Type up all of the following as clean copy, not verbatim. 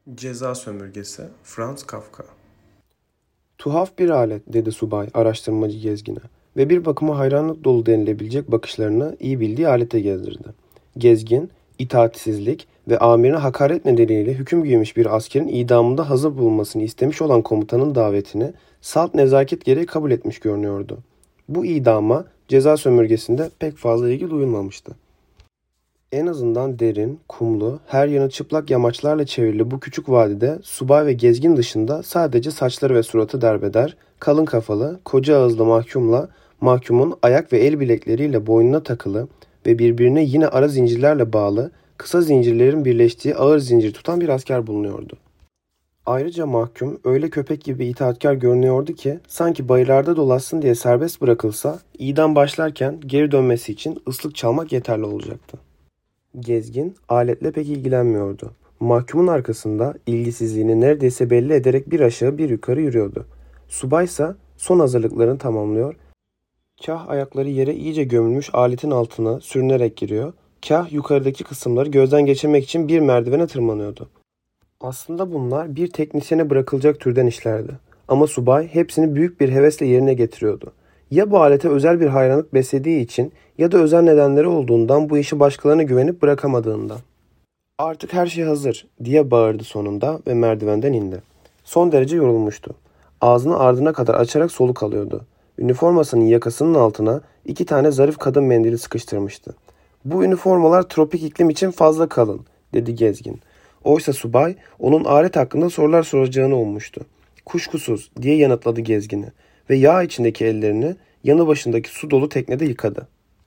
Ceza Sömürgesi, Franz Kafka. Tuhaf bir alet, dedi subay araştırmacı gezgine ve bir bakıma hayranlık dolu denilebilecek bakışlarını iyi bildiği alete gezdirdi. Gezgin, itaatsizlik ve amirine hakaret nedeniyle hüküm giymiş bir askerin idamında hazır bulunmasını istemiş olan komutanın davetini salt nezaket gereği kabul etmiş görünüyordu. Bu idama ceza sömürgesinde pek fazla ilgi duyulmamıştı. En azından derin, kumlu, her yanı çıplak yamaçlarla çevrili bu küçük vadide subay ve gezgin dışında sadece saçları ve suratı derbeder, kalın kafalı, koca ağızlı mahkumla mahkumun ayak ve el bilekleriyle boynuna takılı ve birbirine yine ara zincirlerle bağlı, kısa zincirlerin birleştiği ağır zincir tutan bir asker bulunuyordu. Ayrıca mahkum öyle köpek gibi itaatkar görünüyordu ki sanki bayırlarda dolaşsın diye serbest bırakılsa idam başlarken geri dönmesi için ıslık çalmak yeterli olacaktı. Gezgin aletle pek ilgilenmiyordu. Mahkumun arkasında ilgisizliğini neredeyse belli ederek bir aşağı bir yukarı yürüyordu. Subaysa son hazırlıklarını tamamlıyor, kah ayakları yere iyice gömülmüş aletin altına sürünerek giriyor, kah yukarıdaki kısımları gözden geçirmek için bir merdivene tırmanıyordu. Aslında bunlar bir teknisyene bırakılacak türden işlerdi. Ama subay hepsini büyük bir hevesle yerine getiriyordu. Ya bu alete özel bir hayranlık beslediği için ya da özel nedenleri olduğundan bu işi başkalarına güvenip bırakamadığından. Artık her şey hazır diye bağırdı sonunda ve merdivenden indi. Son derece yorulmuştu. Ağzını ardına kadar açarak soluk alıyordu. Üniformasının yakasının altına 2 tane zarif kadın mendili sıkıştırmıştı. Bu üniformalar tropik iklim için fazla kalın, dedi gezgin. Oysa subay onun alet hakkında sorular soracağını ummuştu. Kuşkusuz diye yanıtladı gezgini ve yağ içindeki ellerini yanı başındaki su dolu teknede yıkadı.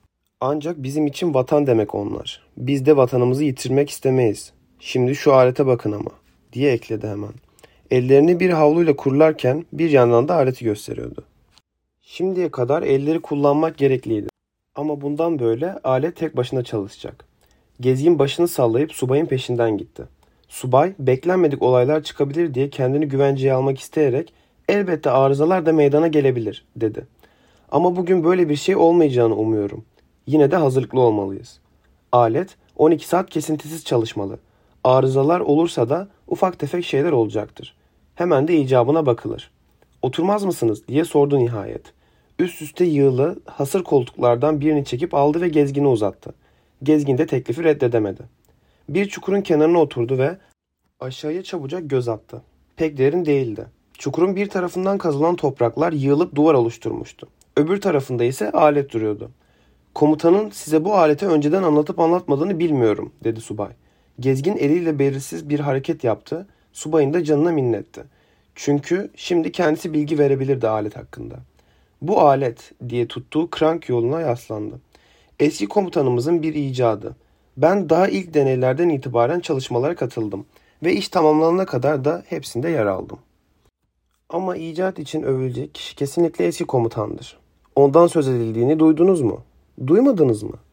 Ancak bizim için vatan demek onlar. Biz de vatanımızı yitirmek istemeyiz. Şimdi şu alete bakın ama, diye ekledi hemen. Ellerini bir havluyla kurularken bir yandan da aleti gösteriyordu. Şimdiye kadar elleri kullanmak gerekliydi. Ama bundan böyle alet tek başına çalışacak. Gezgin başını sallayıp subayın peşinden gitti. Subay beklenmedik olaylar çıkabilir diye kendini güvenceye almak isteyerek elbette arızalar da meydana gelebilir, dedi. Ama bugün böyle bir şey olmayacağını umuyorum. Yine de hazırlıklı olmalıyız. Alet 12 saat kesintisiz çalışmalı. Arızalar olursa da ufak tefek şeyler olacaktır. Hemen de icabına bakılır. Oturmaz mısınız diye sordu nihayet. Üst üste yığılı hasır koltuklardan birini çekip aldı ve gezgine uzattı. Gezgin de teklifi reddedemedi. Bir çukurun kenarına oturdu ve aşağıya çabucak göz attı. Pek derin değildi. Çukurun bir tarafından kazılan topraklar yığılıp duvar oluşturmuştu. Öbür tarafında ise alet duruyordu. Komutanın size bu aleti önceden anlatıp anlatmadığını bilmiyorum, dedi subay. Gezgin eliyle belirsiz bir hareket yaptı. Subayın da canına minnetti. Çünkü şimdi kendisi bilgi verebilirdi alet hakkında. Bu alet diye tuttuğu krank yoluna yaslandı. Eski komutanımızın bir icadı. Ben daha ilk deneylerden itibaren çalışmalara katıldım ve iş tamamlanana kadar da hepsinde yer aldım. Ama icat için övülecek kişi kesinlikle eski komutandır. Ondan söz edildiğini duydunuz mu? Duymadınız mı?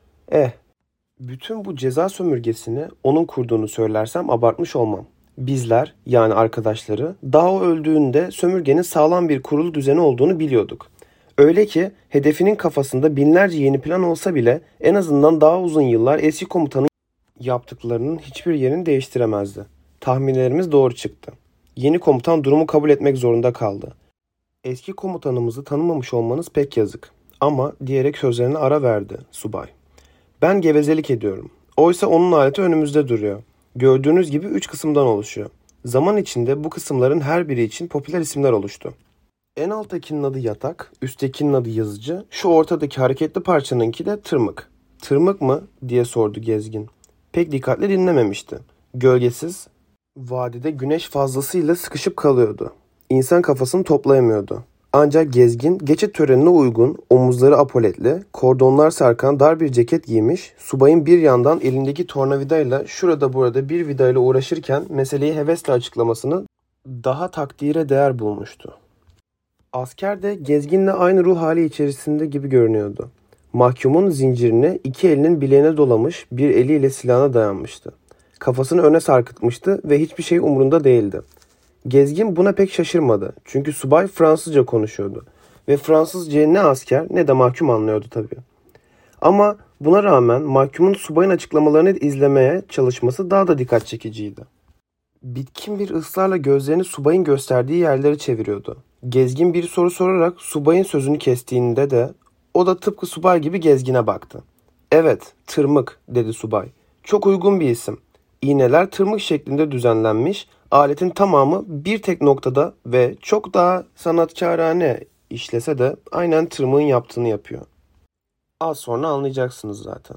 Bütün bu ceza sömürgesini onun kurduğunu söylersem abartmış olmam. Bizler, yani arkadaşları, daha o öldüğünde sömürgenin sağlam bir kurulu düzeni olduğunu biliyorduk. Öyle ki hedefinin kafasında binlerce yeni plan olsa bile en azından daha uzun yıllar eski komutanın yaptıklarının hiçbir yerini değiştiremezdi. Tahminlerimiz doğru çıktı. Yeni komutan durumu kabul etmek zorunda kaldı. Eski komutanımızı tanımamış olmanız pek yazık. Ama diyerek sözlerine ara verdi subay. Ben gevezelik ediyorum. Oysa onun aleti önümüzde duruyor. Gördüğünüz gibi 3 kısımdan oluşuyor. Zaman içinde bu kısımların her biri için popüler isimler oluştu. En alttakinin adı yatak, üsttekinin adı yazıcı, şu ortadaki hareketli parçanınki de tırmık. Tırmık mı diye sordu gezgin. Pek dikkatli dinlememişti. Gölgesiz, vadide güneş fazlasıyla sıkışıp kalıyordu. İnsan kafasını toplayamıyordu. Ancak gezgin geçit törenine uygun, omuzları apoletli, kordonlar sarkan dar bir ceket giymiş, subayın bir yandan elindeki tornavidayla şurada burada bir vidayla uğraşırken meseleyi hevesle açıklamasını daha takdire değer bulmuştu. Asker de gezginle aynı ruh hali içerisinde gibi görünüyordu. Mahkumun zincirini 2 elinin bileğine dolamış, bir eliyle silahına dayanmıştı. Kafasını öne sarkıtmıştı ve hiçbir şey umurunda değildi. Gezgin buna pek şaşırmadı. Çünkü subay Fransızca konuşuyordu. Ve Fransızca ne asker ne de mahkum anlıyordu tabii. Ama buna rağmen mahkumun subayın açıklamalarını izlemeye çalışması daha da dikkat çekiciydi. Bitkin bir ısrarla gözlerini subayın gösterdiği yerlere çeviriyordu. Gezgin bir soru sorarak subayın sözünü kestiğinde de o da tıpkı subay gibi gezgine baktı. "Evet, tırmık," dedi subay. "Çok uygun bir isim. İğneler tırmık şeklinde düzenlenmiş, aletin tamamı bir tek noktada ve çok daha sanatkarane işlese de aynen tırmığın yaptığını yapıyor. Az sonra anlayacaksınız zaten.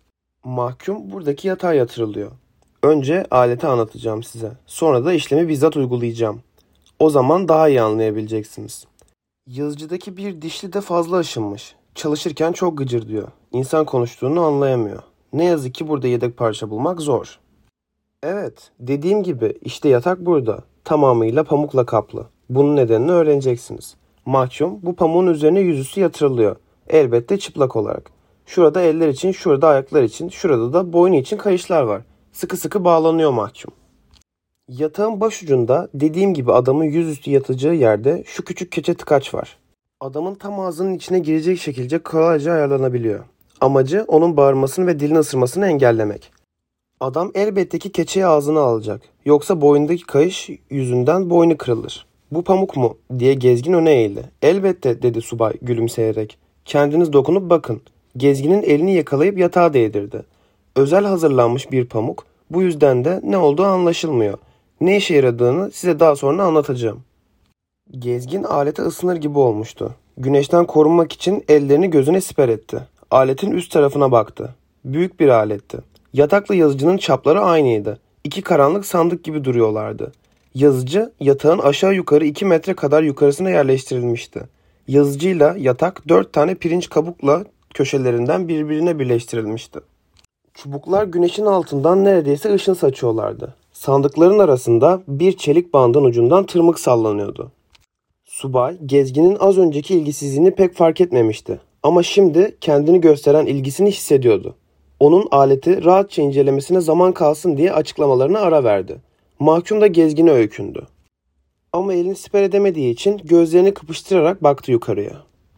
Mahkum buradaki yatağa yatırılıyor. Önce aleti anlatacağım size. Sonra da işlemi bizzat uygulayacağım. O zaman daha iyi anlayabileceksiniz. Yazıcıdaki bir dişli de fazla aşınmış. Çalışırken çok gıcır diyor. İnsan konuştuğunu anlayamıyor. Ne yazık ki burada yedek parça bulmak zor. Evet, dediğim gibi işte yatak burada. Tamamıyla pamukla kaplı. Bunun nedenini öğreneceksiniz. Mahkum bu pamuğun üzerine yüzüstü yatırılıyor. Elbette çıplak olarak. Şurada eller için, şurada ayaklar için, şurada da boynu için kayışlar var. Sıkı sıkı bağlanıyor mahkum. Yatağın başucunda dediğim gibi adamın yüzüstü yatacağı yerde şu küçük keçe tıkaç var. Adamın tam ağzının içine girecek şekilde kolayca ayarlanabiliyor. Amacı onun bağırmasını ve dilini ısırmasını engellemek. Adam elbette ki keçeyi ağzına alacak. Yoksa boynundaki kayış yüzünden boynu kırılır. "Bu pamuk mu?" diye gezgin öne eğildi. "Elbette," dedi subay gülümseyerek. "Kendiniz dokunup bakın." Gezginin elini yakalayıp yatağa değdirdi. Özel hazırlanmış bir pamuk. Bu yüzden de ne olduğu anlaşılmıyor. Ne işe yaradığını size daha sonra anlatacağım. Gezgin alete ısınır gibi olmuştu. Güneşten korunmak için ellerini gözüne siper etti. Aletin üst tarafına baktı. Büyük bir aletti. Yatakla yazıcının çapları aynıydı. İki karanlık sandık gibi duruyorlardı. Yazıcı yatağın aşağı yukarı 2 metre kadar yukarısına yerleştirilmişti. Yazıcıyla yatak 4 tane pirinç kabukla köşelerinden birbirine birleştirilmişti. Çubuklar güneşin altından neredeyse ışın saçıyorlardı. Sandıkların arasında bir çelik bandın ucundan tırmık sallanıyordu. Subay, gezginin az önceki ilgisizliğini pek fark etmemişti. Ama şimdi kendini gösteren ilgisini hissediyordu. Onun aleti rahatça incelemesine zaman kalsın diye açıklamalarına ara verdi. Mahkum da gezgine öykündü. Ama elini siper edemediği için gözlerini kıpıştırarak baktı yukarıya.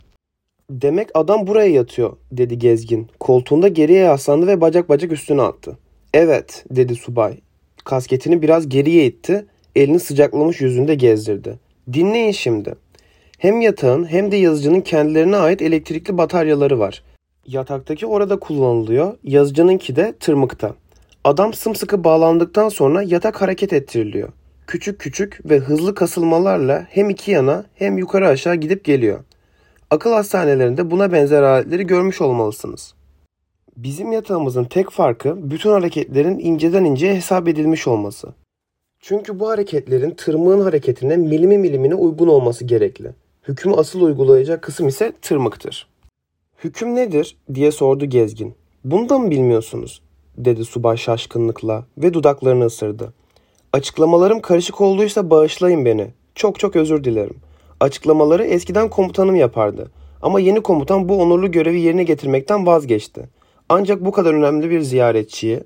"Demek adam buraya yatıyor," dedi gezgin. Koltuğunda geriye yaslandı ve bacak bacak üstüne attı. "Evet," dedi subay. Kasketini biraz geriye itti, elini sıcaklamış yüzünde gezdirdi. "Dinleyin şimdi. Hem yatağın hem de yazıcının kendilerine ait elektrikli bataryaları var. Yataktaki orada kullanılıyor, yazıcınınki de tırmıkta. Adam sımsıkı bağlandıktan sonra yatak hareket ettiriliyor. Küçük küçük ve hızlı kasılmalarla hem iki yana hem yukarı aşağı gidip geliyor. Akıl hastanelerinde buna benzer aletleri görmüş olmalısınız. Bizim yatağımızın tek farkı bütün hareketlerin inceden inceye hesap edilmiş olması. Çünkü bu hareketlerin tırmığın hareketine milimi milimine uygun olması gerekli. Hükmü asıl uygulayacak kısım ise tırmıktır." "Hüküm nedir?" diye sordu gezgin. "Bunu da mı bilmiyorsunuz?" dedi subay şaşkınlıkla ve dudaklarını ısırdı. "Açıklamalarım karışık olduysa bağışlayın beni. Çok çok özür dilerim. Açıklamaları eskiden komutanım yapardı. Ama yeni komutan bu onurlu görevi yerine getirmekten vazgeçti. Ancak bu kadar önemli bir ziyaretçiyi..."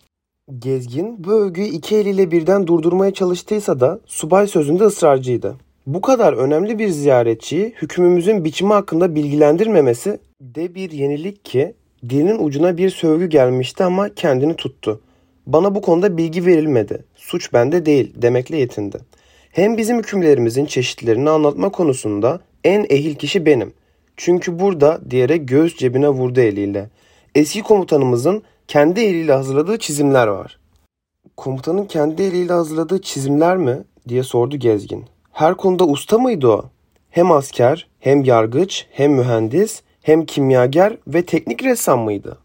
Gezgin bu övgüyü iki eliyle birden durdurmaya çalıştıysa da subay sözünde ısrarcıydı. Bu kadar önemli bir ziyaretçiyi hükmümüzün biçimi hakkında bilgilendirmemesi de bir yenilik ki dilinin ucuna bir sövgü gelmişti ama kendini tuttu. "Bana bu konuda bilgi verilmedi. Suç bende değil," demekle yetindi. "Hem bizim hükümlerimizin çeşitlerini anlatma konusunda en ehil kişi benim. Çünkü burada," diyerek göğüs cebine vurdu eliyle. "Eski komutanımızın kendi eliyle hazırladığı çizimler var." "Komutanın kendi eliyle hazırladığı çizimler mi?" diye sordu gezgin. "Her konuda usta mıydı o? Hem asker, hem yargıç, hem mühendis, hem kimyager ve teknik ressam mıydı?"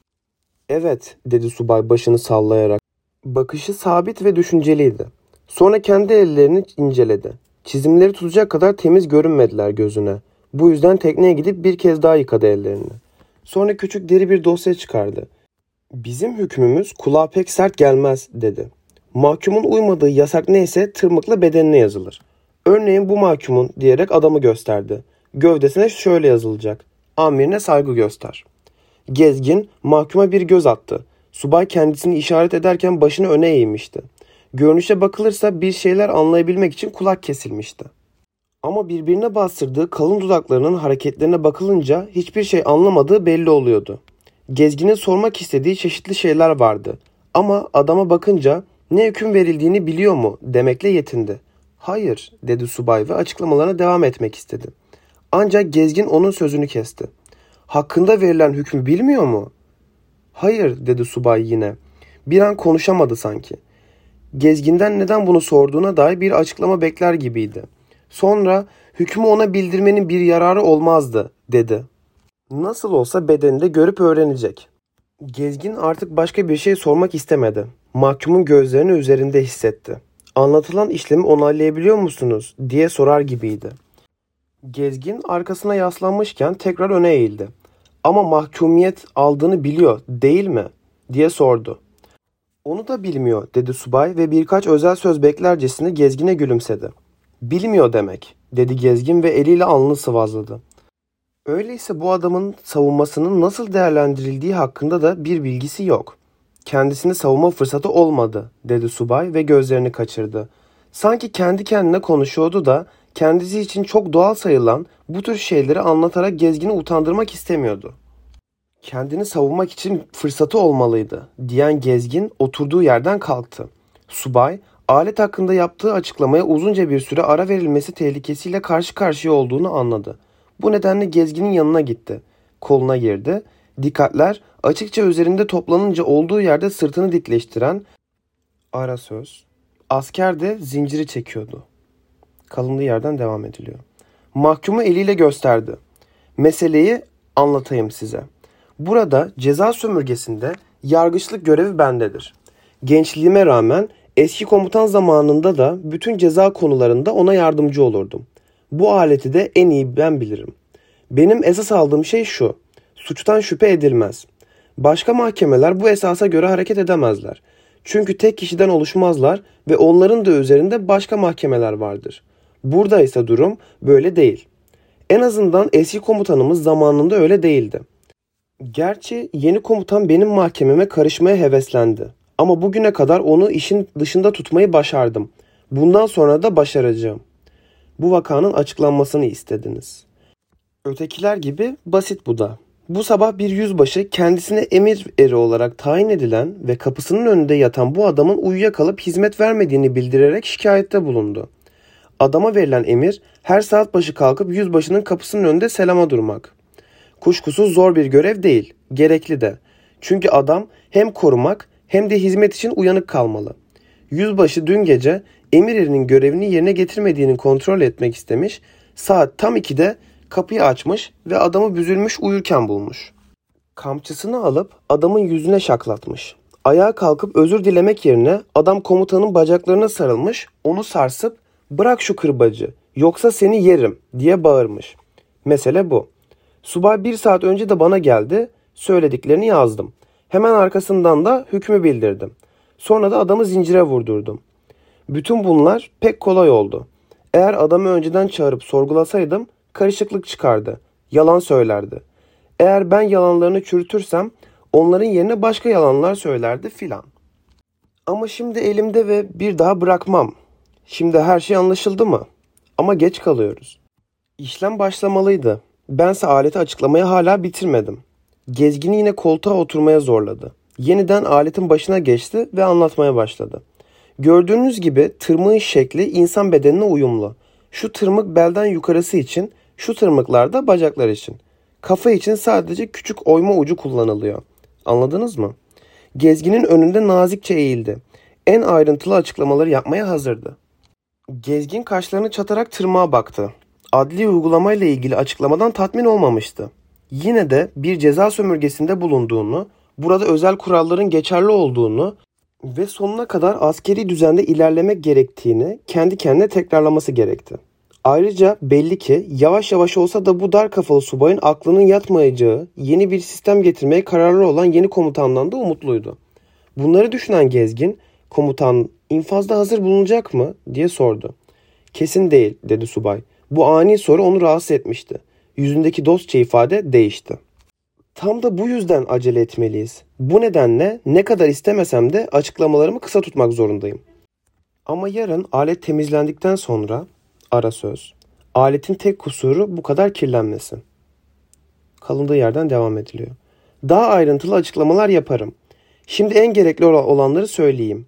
"Evet," dedi subay başını sallayarak. Bakışı sabit ve düşünceliydi. Sonra kendi ellerini inceledi. Çizimleri tutacak kadar temiz görünmediler gözüne. Bu yüzden tekneye gidip bir kez daha yıkadı ellerini. Sonra küçük deri bir dosya çıkardı. "Bizim hükmümüz kulağa pek sert gelmez," dedi. "Mahkumun uymadığı yasak neyse tırmıkla bedenine yazılır. Örneğin bu mahkumun," diyerek adamı gösterdi. "Gövdesine şöyle yazılacak: Amirine saygı göster." Gezgin mahkuma bir göz attı. Subay kendisini işaret ederken başını öne eğmişti. Görünüşe bakılırsa bir şeyler anlayabilmek için kulak kesilmişti. Ama birbirine bastırdığı kalın dudaklarının hareketlerine bakılınca hiçbir şey anlamadığı belli oluyordu. Gezginin sormak istediği çeşitli şeyler vardı. Ama adama bakınca Ne hüküm verildiğini biliyor mu demekle yetindi. Hayır dedi subay ve açıklamalarına devam etmek istedi. Ancak Gezgin onun sözünü kesti. Hakkında verilen hükmü bilmiyor mu? Hayır dedi subay yine. Bir an konuşamadı sanki. Gezgin'den neden bunu sorduğuna dair bir açıklama bekler gibiydi. Sonra hükmü ona bildirmenin bir yararı olmazdı dedi. Nasıl olsa bedeninde görüp öğrenecek. Gezgin artık başka bir şey sormak istemedi. Mahkumun gözlerini üzerinde hissetti. Anlatılan işlemi onaylayabiliyor musunuz diye sorar gibiydi. Gezgin arkasına yaslanmışken tekrar öne eğildi. Ama mahkumiyet aldığını biliyor değil mi diye sordu. Onu da bilmiyor dedi subay ve birkaç özel söz beklercesine Gezgin'e gülümsedi. Bilmiyor demek dedi Gezgin ve eliyle alnını sıvazladı. Öyleyse bu adamın savunmasının nasıl değerlendirildiği hakkında da bir bilgisi yok. Kendisini savunma fırsatı olmadı dedi subay ve gözlerini kaçırdı. Sanki kendi kendine konuşuyordu da kendisi için çok doğal sayılan bu tür şeyleri anlatarak Gezgin'i utandırmak istemiyordu. Kendini savunmak için fırsatı olmalıydı diyen Gezgin oturduğu yerden kalktı. Subay, alet hakkında yaptığı açıklamaya uzunca bir süre ara verilmesi tehlikesiyle karşı karşıya olduğunu anladı. Bu nedenle Gezgin'in yanına gitti. Koluna girdi. Dikkatler açıkça üzerinde toplanınca olduğu yerde sırtını dikleştiren ara söz. Asker de zinciri çekiyordu. Kalındığı yerden devam ediliyor. Mahkumu eliyle gösterdi. Meseleyi anlatayım size. Burada ceza sömürgesinde yargıçlık görevi bendedir. Gençliğime rağmen eski komutan zamanında da bütün ceza konularında ona yardımcı olurdum. Bu aleti de en iyi ben bilirim. Benim esas aldığım şey şu. Suçtan şüphe edilmez. Başka mahkemeler bu esasa göre hareket edemezler. Çünkü tek kişiden oluşmazlar ve onların da üzerinde başka mahkemeler vardır. Burada ise durum böyle değil. En azından eski komutanımız zamanında öyle değildi. Gerçi yeni komutan benim mahkememe karışmaya heveslendi. Ama bugüne kadar onu işin dışında tutmayı başardım. Bundan sonra da başaracağım. Bu vakanın açıklanmasını istediniz. Ötekiler gibi basit bu da. Bu sabah bir yüzbaşı kendisine emir eri olarak tayin edilen ve kapısının önünde yatan bu adamın uyuyakalıp hizmet vermediğini bildirerek şikayette bulundu. Adama verilen emir her saat başı kalkıp yüzbaşının kapısının önünde selama durmak. Kuşkusuz zor bir görev değil, gerekli de. Çünkü adam hem korumak hem de hizmet için uyanık kalmalı. Yüzbaşı dün gece emir erinin görevini yerine getirmediğini kontrol etmek istemiş, saat tam 2'de kapıyı açmış ve adamı büzülmüş uyurken bulmuş. Kamçısını alıp adamın yüzüne şaklatmış. Ayağa kalkıp özür dilemek yerine adam komutanın bacaklarına sarılmış, onu sarsıp "Bırak şu kırbacı, yoksa seni yerim" diye bağırmış. Mesele bu. Subay 1 saat önce de bana geldi, söylediklerini yazdım. Hemen arkasından da hükmü bildirdim. Sonra da adamı zincire vurdurdum. Bütün bunlar pek kolay oldu. Eğer adamı önceden çağırıp sorgulasaydım karışıklık çıkardı, yalan söylerdi. Eğer ben yalanlarını çürütürsem onların yerine başka yalanlar söylerdi filan. Ama şimdi elimde ve bir daha bırakmam. Şimdi her şey anlaşıldı mı? Ama geç kalıyoruz. İşlem başlamalıydı. Bense aleti açıklamaya hala bitirmedim. Gezgin'i yine koltuğa oturmaya zorladı. Yeniden aletin başına geçti ve anlatmaya başladı. Gördüğünüz gibi tırmığın şekli insan bedenine uyumlu. Şu tırmık belden yukarısı için, şu tırmıklar da bacaklar için. Kafa için sadece küçük oyma ucu kullanılıyor. Anladınız mı? Gezgin'in önünde nazikçe eğildi. En ayrıntılı açıklamaları yapmaya hazırdı. Gezgin kaşlarını çatarak tırmığa baktı. Adli uygulamayla ilgili açıklamadan tatmin olmamıştı. Yine de bir ceza sömürgesinde bulunduğunu, burada özel kuralların geçerli olduğunu ve sonuna kadar askeri düzende ilerlemek gerektiğini kendi kendine tekrarlaması gerekti. Ayrıca belli ki yavaş yavaş olsa da bu dar kafalı subayın aklının yatmayacağı yeni bir sistem getirmeye kararlı olan yeni komutandan da umutluydu. Bunları düşünen Gezgin, "Komutan, infazda hazır bulunacak mı?" diye sordu. "Kesin değil," dedi subay. Bu ani soru onu rahatsız etmişti. Yüzündeki dostça ifade değişti. "Tam da bu yüzden acele etmeliyiz. Bu nedenle ne kadar istemesem de açıklamalarımı kısa tutmak zorundayım. Ama yarın alet temizlendikten sonra," ara söz, "aletin tek kusuru bu kadar kirlenmesi." Kalındığı yerden devam ediliyor. "Daha ayrıntılı açıklamalar yaparım. Şimdi en gerekli olanları söyleyeyim.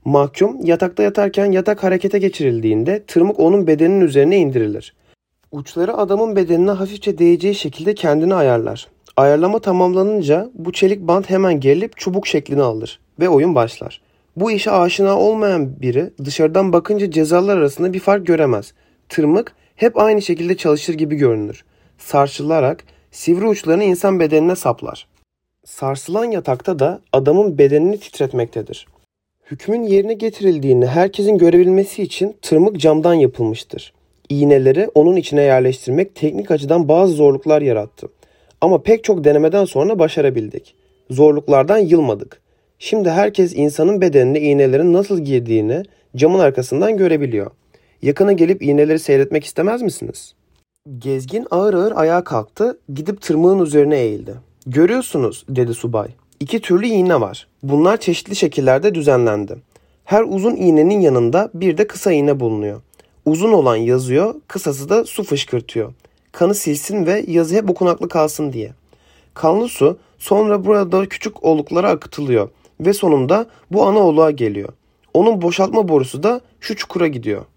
Mahkum yatakta yatarken yatak harekete geçirildiğinde tırmık onun bedeninin üzerine indirilir. Uçları adamın bedenine hafifçe değeceği şekilde kendini ayarlar. Ayarlama tamamlanınca bu çelik bant hemen gerilip çubuk şeklini alır ve oyun başlar. Bu işe aşina olmayan biri dışarıdan bakınca cezalar arasında bir fark göremez. Tırmık hep aynı şekilde çalışır gibi görünür. Sarsılarak sivri uçlarını insan bedenine saplar. Sarsılan yatakta da adamın bedenini titretmektedir. Hükmün yerine getirildiğini herkesin görebilmesi için tırmık camdan yapılmıştır. İğneleri onun içine yerleştirmek teknik açıdan bazı zorluklar yarattı. Ama pek çok denemeden sonra başarabildik. Zorluklardan yılmadık. Şimdi herkes insanın bedenine iğnelerin nasıl girdiğini camın arkasından görebiliyor. Yakına gelip iğneleri seyretmek istemez misiniz? Gezgin ağır ağır ayağa kalktı, gidip tırmığın üzerine eğildi. "Görüyorsunuz," dedi subay. "İki türlü iğne var. Bunlar çeşitli şekillerde düzenlendi. Her uzun iğnenin yanında bir de kısa iğne bulunuyor. Uzun olan yazıyor, kısası da su fışkırtıyor. Kanı silsin ve yazı hep okunaklı kalsın diye. Kanlı su sonra burada küçük oluklara akıtılıyor ve sonunda bu ana oluğa geliyor. Onun boşaltma borusu da şu çukura gidiyor."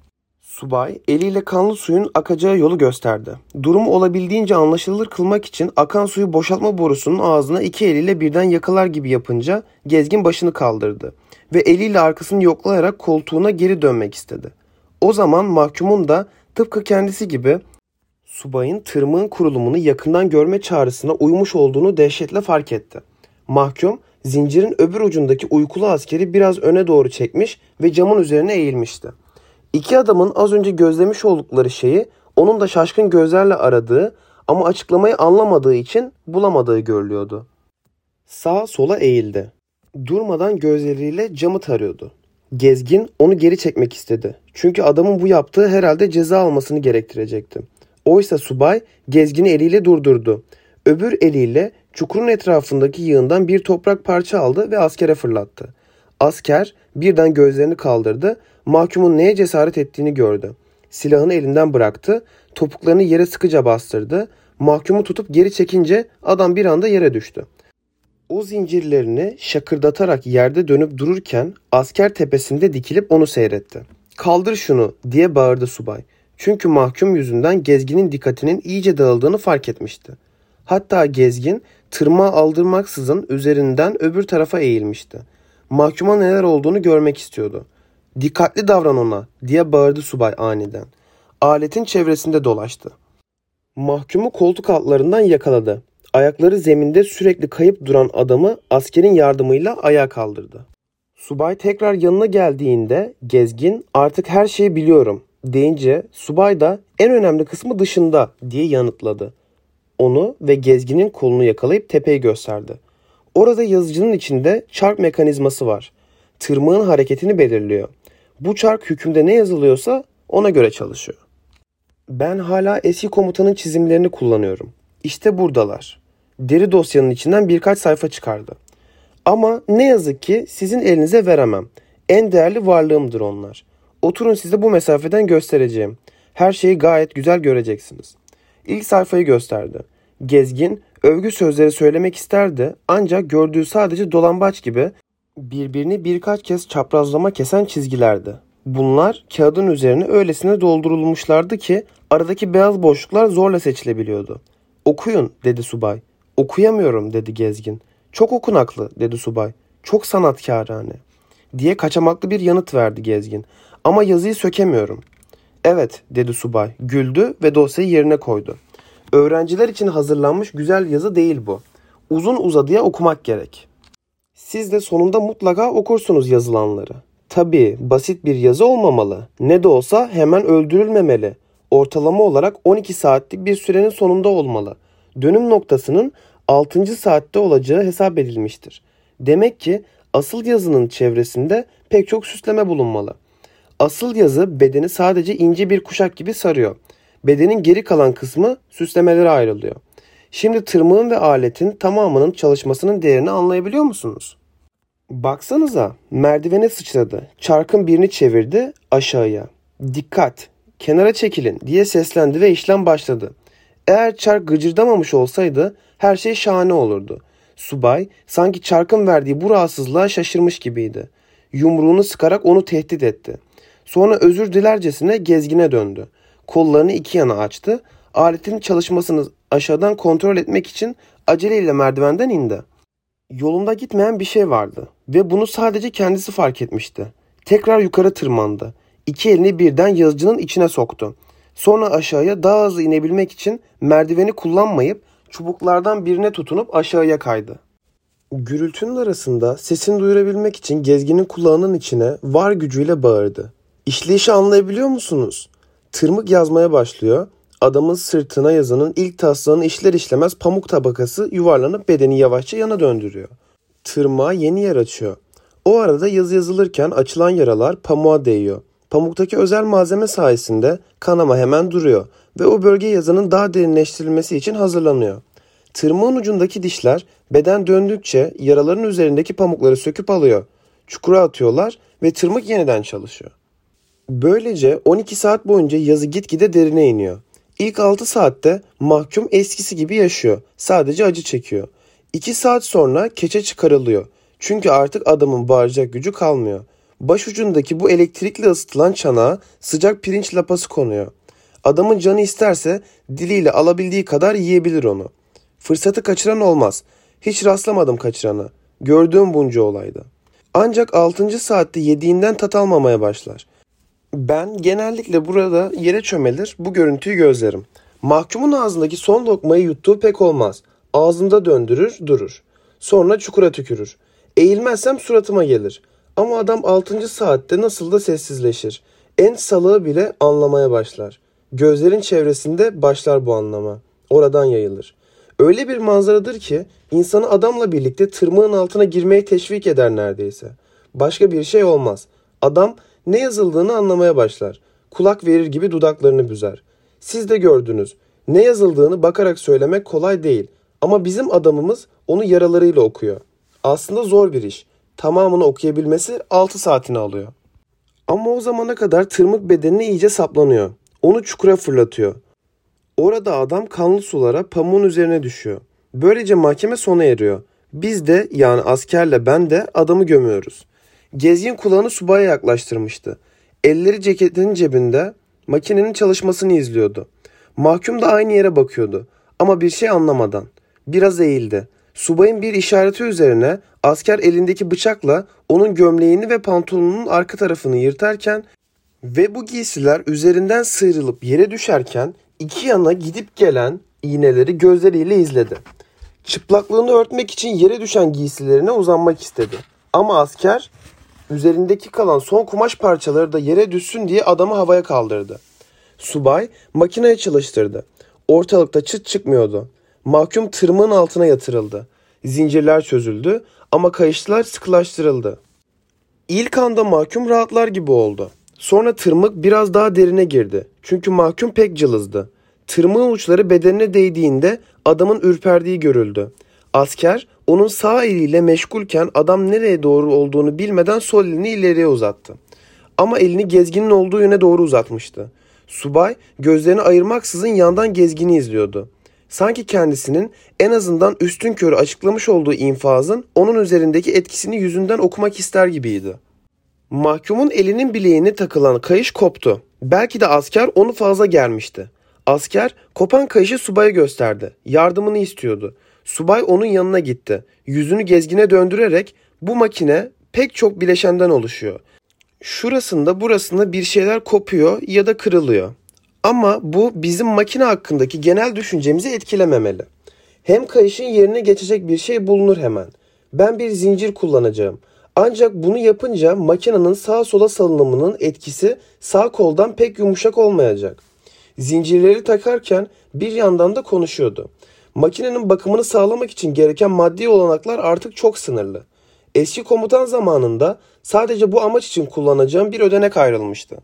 Subay eliyle kanlı suyun akacağı yolu gösterdi. Durumu olabildiğince anlaşılır kılmak için akan suyu boşaltma borusunun ağzına iki eliyle birden yakalar gibi yapınca gezgin başını kaldırdı ve eliyle arkasını yoklayarak koltuğuna geri dönmek istedi. O zaman mahkumun da tıpkı kendisi gibi subayın tırmığın kurulumunu yakından görme çağrısına uymuş olduğunu dehşetle fark etti. Mahkum zincirin öbür ucundaki uykulu askeri biraz öne doğru çekmiş ve camın üzerine eğilmişti. İki adamın az önce gözlemiş oldukları şeyi onun da şaşkın gözlerle aradığı ama açıklamayı anlamadığı için bulamadığı görülüyordu. Sağa sola eğildi. Durmadan gözleriyle camı tarıyordu. Gezgin onu geri çekmek istedi. Çünkü adamın bu yaptığı herhalde ceza almasını gerektirecekti. Oysa subay gezgini eliyle durdurdu. Öbür eliyle çukurun etrafındaki yığından bir toprak parça aldı ve askere fırlattı. Asker birden gözlerini kaldırdı. Mahkumun neye cesaret ettiğini gördü. Silahını elinden bıraktı. Topuklarını yere sıkıca bastırdı. Mahkumu tutup geri çekince adam bir anda yere düştü. O zincirlerini şakırdatarak yerde dönüp dururken asker tepesinde dikilip onu seyretti. "Kaldır şunu," diye bağırdı subay. Çünkü mahkum yüzünden gezginin dikkatinin iyice dağıldığını fark etmişti. Hatta gezgin tırmağı aldırmaksızın üzerinden öbür tarafa eğilmişti. Mahkuma neler olduğunu görmek istiyordu. "Dikkatli davran ona," diye bağırdı subay aniden. Aletin çevresinde dolaştı. Mahkumu koltuk altlarından yakaladı. Ayakları zeminde sürekli kayıp duran adamı askerin yardımıyla ayağa kaldırdı. Subay tekrar yanına geldiğinde gezgin "Artık her şeyi biliyorum," deyince subay da "En önemli kısmı dışında," diye yanıtladı. Onu ve gezginin kolunu yakalayıp tepeyi gösterdi. Orada yazıcının içinde çark mekanizması var. Tırmığın hareketini belirliyor. Bu çark hükümde ne yazılıyorsa ona göre çalışıyor. Ben hala eski komutanın çizimlerini kullanıyorum. İşte buradalar. Deri dosyanın içinden birkaç sayfa çıkardı. Ama ne yazık ki sizin elinize veremem. En değerli varlığımdır onlar. Oturun, size bu mesafeden göstereceğim. Her şeyi gayet güzel göreceksiniz. İlk sayfayı gösterdi. Gezgin övgü sözleri söylemek isterdi ancak gördüğü sadece dolambaç gibi birbirini birkaç kez çaprazlama kesen çizgilerdi. Bunlar kağıdın üzerine öylesine doldurulmuşlardı ki aradaki beyaz boşluklar zorla seçilebiliyordu. "Okuyun," dedi subay. "Okuyamıyorum," dedi gezgin. "Çok okunaklı," dedi subay. "Çok sanatkârane," diye kaçamaklı bir yanıt verdi gezgin. "Ama yazıyı sökemiyorum." "Evet," dedi subay. Güldü ve dosyayı yerine koydu. "Öğrenciler için hazırlanmış güzel yazı değil bu. Uzun uzadıya okumak gerek. Siz de sonunda mutlaka okursunuz yazılanları. Tabii basit bir yazı olmamalı. Ne de olsa hemen öldürülmemeli. Ortalama olarak 12 saatlik bir sürenin sonunda olmalı. Dönüm noktasının 6. saatte olacağı hesap edilmiştir. Demek ki asıl yazının çevresinde pek çok süsleme bulunmalı. Asıl yazı bedeni sadece ince bir kuşak gibi sarıyor. Bedenin geri kalan kısmı süslemelere ayrılıyor. Şimdi tırmığın ve aletin tamamının çalışmasının değerini anlayabiliyor musunuz? Baksanıza, merdivene sıçradı. Çarkın birini çevirdi aşağıya. "Dikkat, kenara çekilin," diye seslendi ve işlem başladı. Eğer çark gıcırdamamış olsaydı her şey şahane olurdu. Subay sanki çarkın verdiği bu rahatsızlığa şaşırmış gibiydi. Yumruğunu sıkarak onu tehdit etti. Sonra özür dilercesine Gezgin'e döndü. Kollarını iki yana açtı. Aletin çalışmasını aşağıdan kontrol etmek için aceleyle merdivenden indi. Yolunda gitmeyen bir şey vardı ve bunu sadece kendisi fark etmişti. Tekrar yukarı tırmandı. İki elini birden yazıcının içine soktu. Sonra aşağıya daha hızlı inebilmek için merdiveni kullanmayıp çubuklardan birine tutunup aşağıya kaydı. Gürültünün arasında sesini duyurabilmek için Gezgin'in kulağının içine var gücüyle bağırdı. "İşleyişi anlayabiliyor musunuz?" Tırmık yazmaya başlıyor. Adamın sırtına yazının ilk taslağını işler işlemez pamuk tabakası yuvarlanıp bedeni yavaşça yana döndürüyor. Tırmığa yeni yer açıyor. O arada yazı yazılırken açılan yaralar pamuğa değiyor. Pamuktaki özel malzeme sayesinde kanama hemen duruyor ve o bölge yazının daha derinleştirilmesi için hazırlanıyor. Tırmığın ucundaki dişler beden döndükçe yaraların üzerindeki pamukları söküp alıyor. Çukura atıyorlar ve tırmık yeniden çalışıyor. Böylece 12 saat boyunca yazı gitgide derine iniyor. İlk 6 saatte mahkum eskisi gibi yaşıyor. Sadece acı çekiyor. 2 saat sonra keçe çıkarılıyor. Çünkü artık adamın bağıracak gücü kalmıyor. Başucundaki bu elektrikle ısıtılan çanağa sıcak pirinç lapası konuyor. Adamın canı isterse diliyle alabildiği kadar yiyebilir onu. Fırsatı kaçıran olmaz. Hiç rastlamadım kaçırana. Gördüğüm bunca olaydı. Ancak 6. saatte yediğinden tat almamaya başlar. Ben genellikle burada yere çömelir, bu görüntüyü gözlerim. Mahkumun ağzındaki son lokmayı yuttuğu pek olmaz. Ağzında döndürür, durur. Sonra çukura tükürür. Eğilmezsem suratıma gelir. Ama adam 6. saatte nasıl da sessizleşir. En salığı bile anlamaya başlar. Gözlerin çevresinde başlar bu anlama. Oradan yayılır. Öyle bir manzaradır ki insanı adamla birlikte tırmığın altına girmeye teşvik eder neredeyse. Başka bir şey olmaz. Adam ne yazıldığını anlamaya başlar. Kulak verir gibi dudaklarını büzer. Siz de gördünüz. Ne yazıldığını bakarak söylemek kolay değil. Ama bizim adamımız onu yaralarıyla okuyor. Aslında zor bir iş. Tamamını okuyabilmesi 6 saatini alıyor. Ama o zamana kadar tırmık bedenine iyice saplanıyor. Onu çukura fırlatıyor. Orada adam kanlı sulara pamuğun üzerine düşüyor. Böylece mahkeme sona eriyor. Biz de yani askerle ben de adamı gömüyoruz. Gezgin kulağını subaya yaklaştırmıştı. Elleri ceketinin cebinde makinenin çalışmasını izliyordu. Mahkum da aynı yere bakıyordu ama bir şey anlamadan. Biraz eğildi. Subayın bir işareti üzerine asker elindeki bıçakla onun gömleğini ve pantolonunun arka tarafını yırtarken ve bu giysiler üzerinden sıyrılıp yere düşerken iki yana gidip gelen iğneleri gözleriyle izledi. Çıplaklığını örtmek için yere düşen giysilerine uzanmak istedi. Ama asker üzerindeki kalan son kumaş parçaları da yere düşsün diye adamı havaya kaldırdı. Subay makineyi çalıştırdı. Ortalıkta çıt çıkmıyordu. Mahkum tırmığın altına yatırıldı. Zincirler çözüldü ama kayışlar sıkılaştırıldı. İlk anda mahkum rahatlar gibi oldu. Sonra tırmık biraz daha derine girdi. Çünkü mahkum pek cılızdı. Tırmığın uçları bedenine değdiğinde adamın ürperdiği görüldü. Asker onun sağ eliyle meşgulken adam nereye doğru olduğunu bilmeden sol elini ileriye uzattı. Ama elini Gezgin'in olduğu yöne doğru uzatmıştı. Subay gözlerini ayırmaksızın yandan Gezgin'i izliyordu. Sanki kendisinin en azından üstünkörü açıklamış olduğu infazın onun üzerindeki etkisini yüzünden okumak ister gibiydi. Mahkumun elinin bileğine takılan kayış koptu. Belki de asker onu fazla germişti. Asker kopan kayışı subaya gösterdi. Yardımını istiyordu. Subay onun yanına gitti. Yüzünü Gezgin'e döndürerek bu makine pek çok bileşenden oluşuyor. Şurasında burasında bir şeyler kopuyor ya da kırılıyor. Ama bu bizim makine hakkındaki genel düşüncemizi etkilememeli. Hem kayışın yerine geçecek bir şey bulunur hemen. Ben bir zincir kullanacağım. Ancak bunu yapınca makinenin sağa sola salınımının etkisi sağ koldan pek yumuşak olmayacak. Zincirleri takarken bir yandan da konuşuyordu. Makinenin bakımını sağlamak için gereken maddi olanaklar artık çok sınırlı. Eski komutan zamanında sadece bu amaç için kullanacağım bir ödenek ayrılmıştı.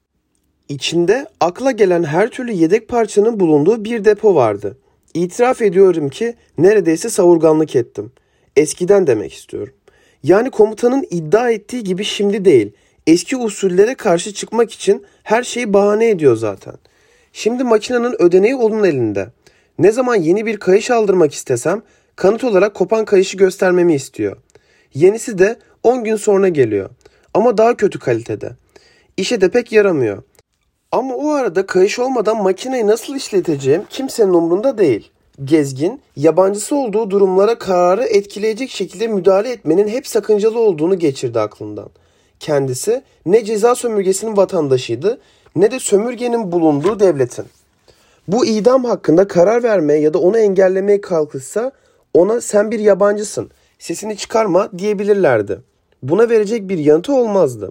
İçinde akla gelen her türlü yedek parçanın bulunduğu bir depo vardı. İtiraf ediyorum ki neredeyse savurganlık ettim. Eskiden demek istiyorum. Yani komutanın iddia ettiği gibi şimdi değil. Eski usullere karşı çıkmak için her şeyi bahane ediyor zaten. Şimdi makinenin ödeneği onun elinde. Ne zaman yeni bir kayış aldırmak istesem kanıt olarak kopan kayışı göstermemi istiyor. Yenisi de 10 gün sonra geliyor. ama daha kötü kalitede. İşe de pek yaramıyor. Ama o arada kayış olmadan makineyi nasıl işleteceğim kimsenin umrunda değil. Gezgin, yabancısı olduğu durumlara kararı etkileyecek şekilde müdahale etmenin hep sakıncalı olduğunu geçirdi aklından. Kendisi ne ceza sömürgesinin vatandaşıydı ne de sömürgenin bulunduğu devletin. Bu idam hakkında karar vermeye ya da onu engellemeye kalkışsa ona sen bir yabancısın, sesini çıkarma diyebilirlerdi. Buna verecek bir yanıtı olmazdı.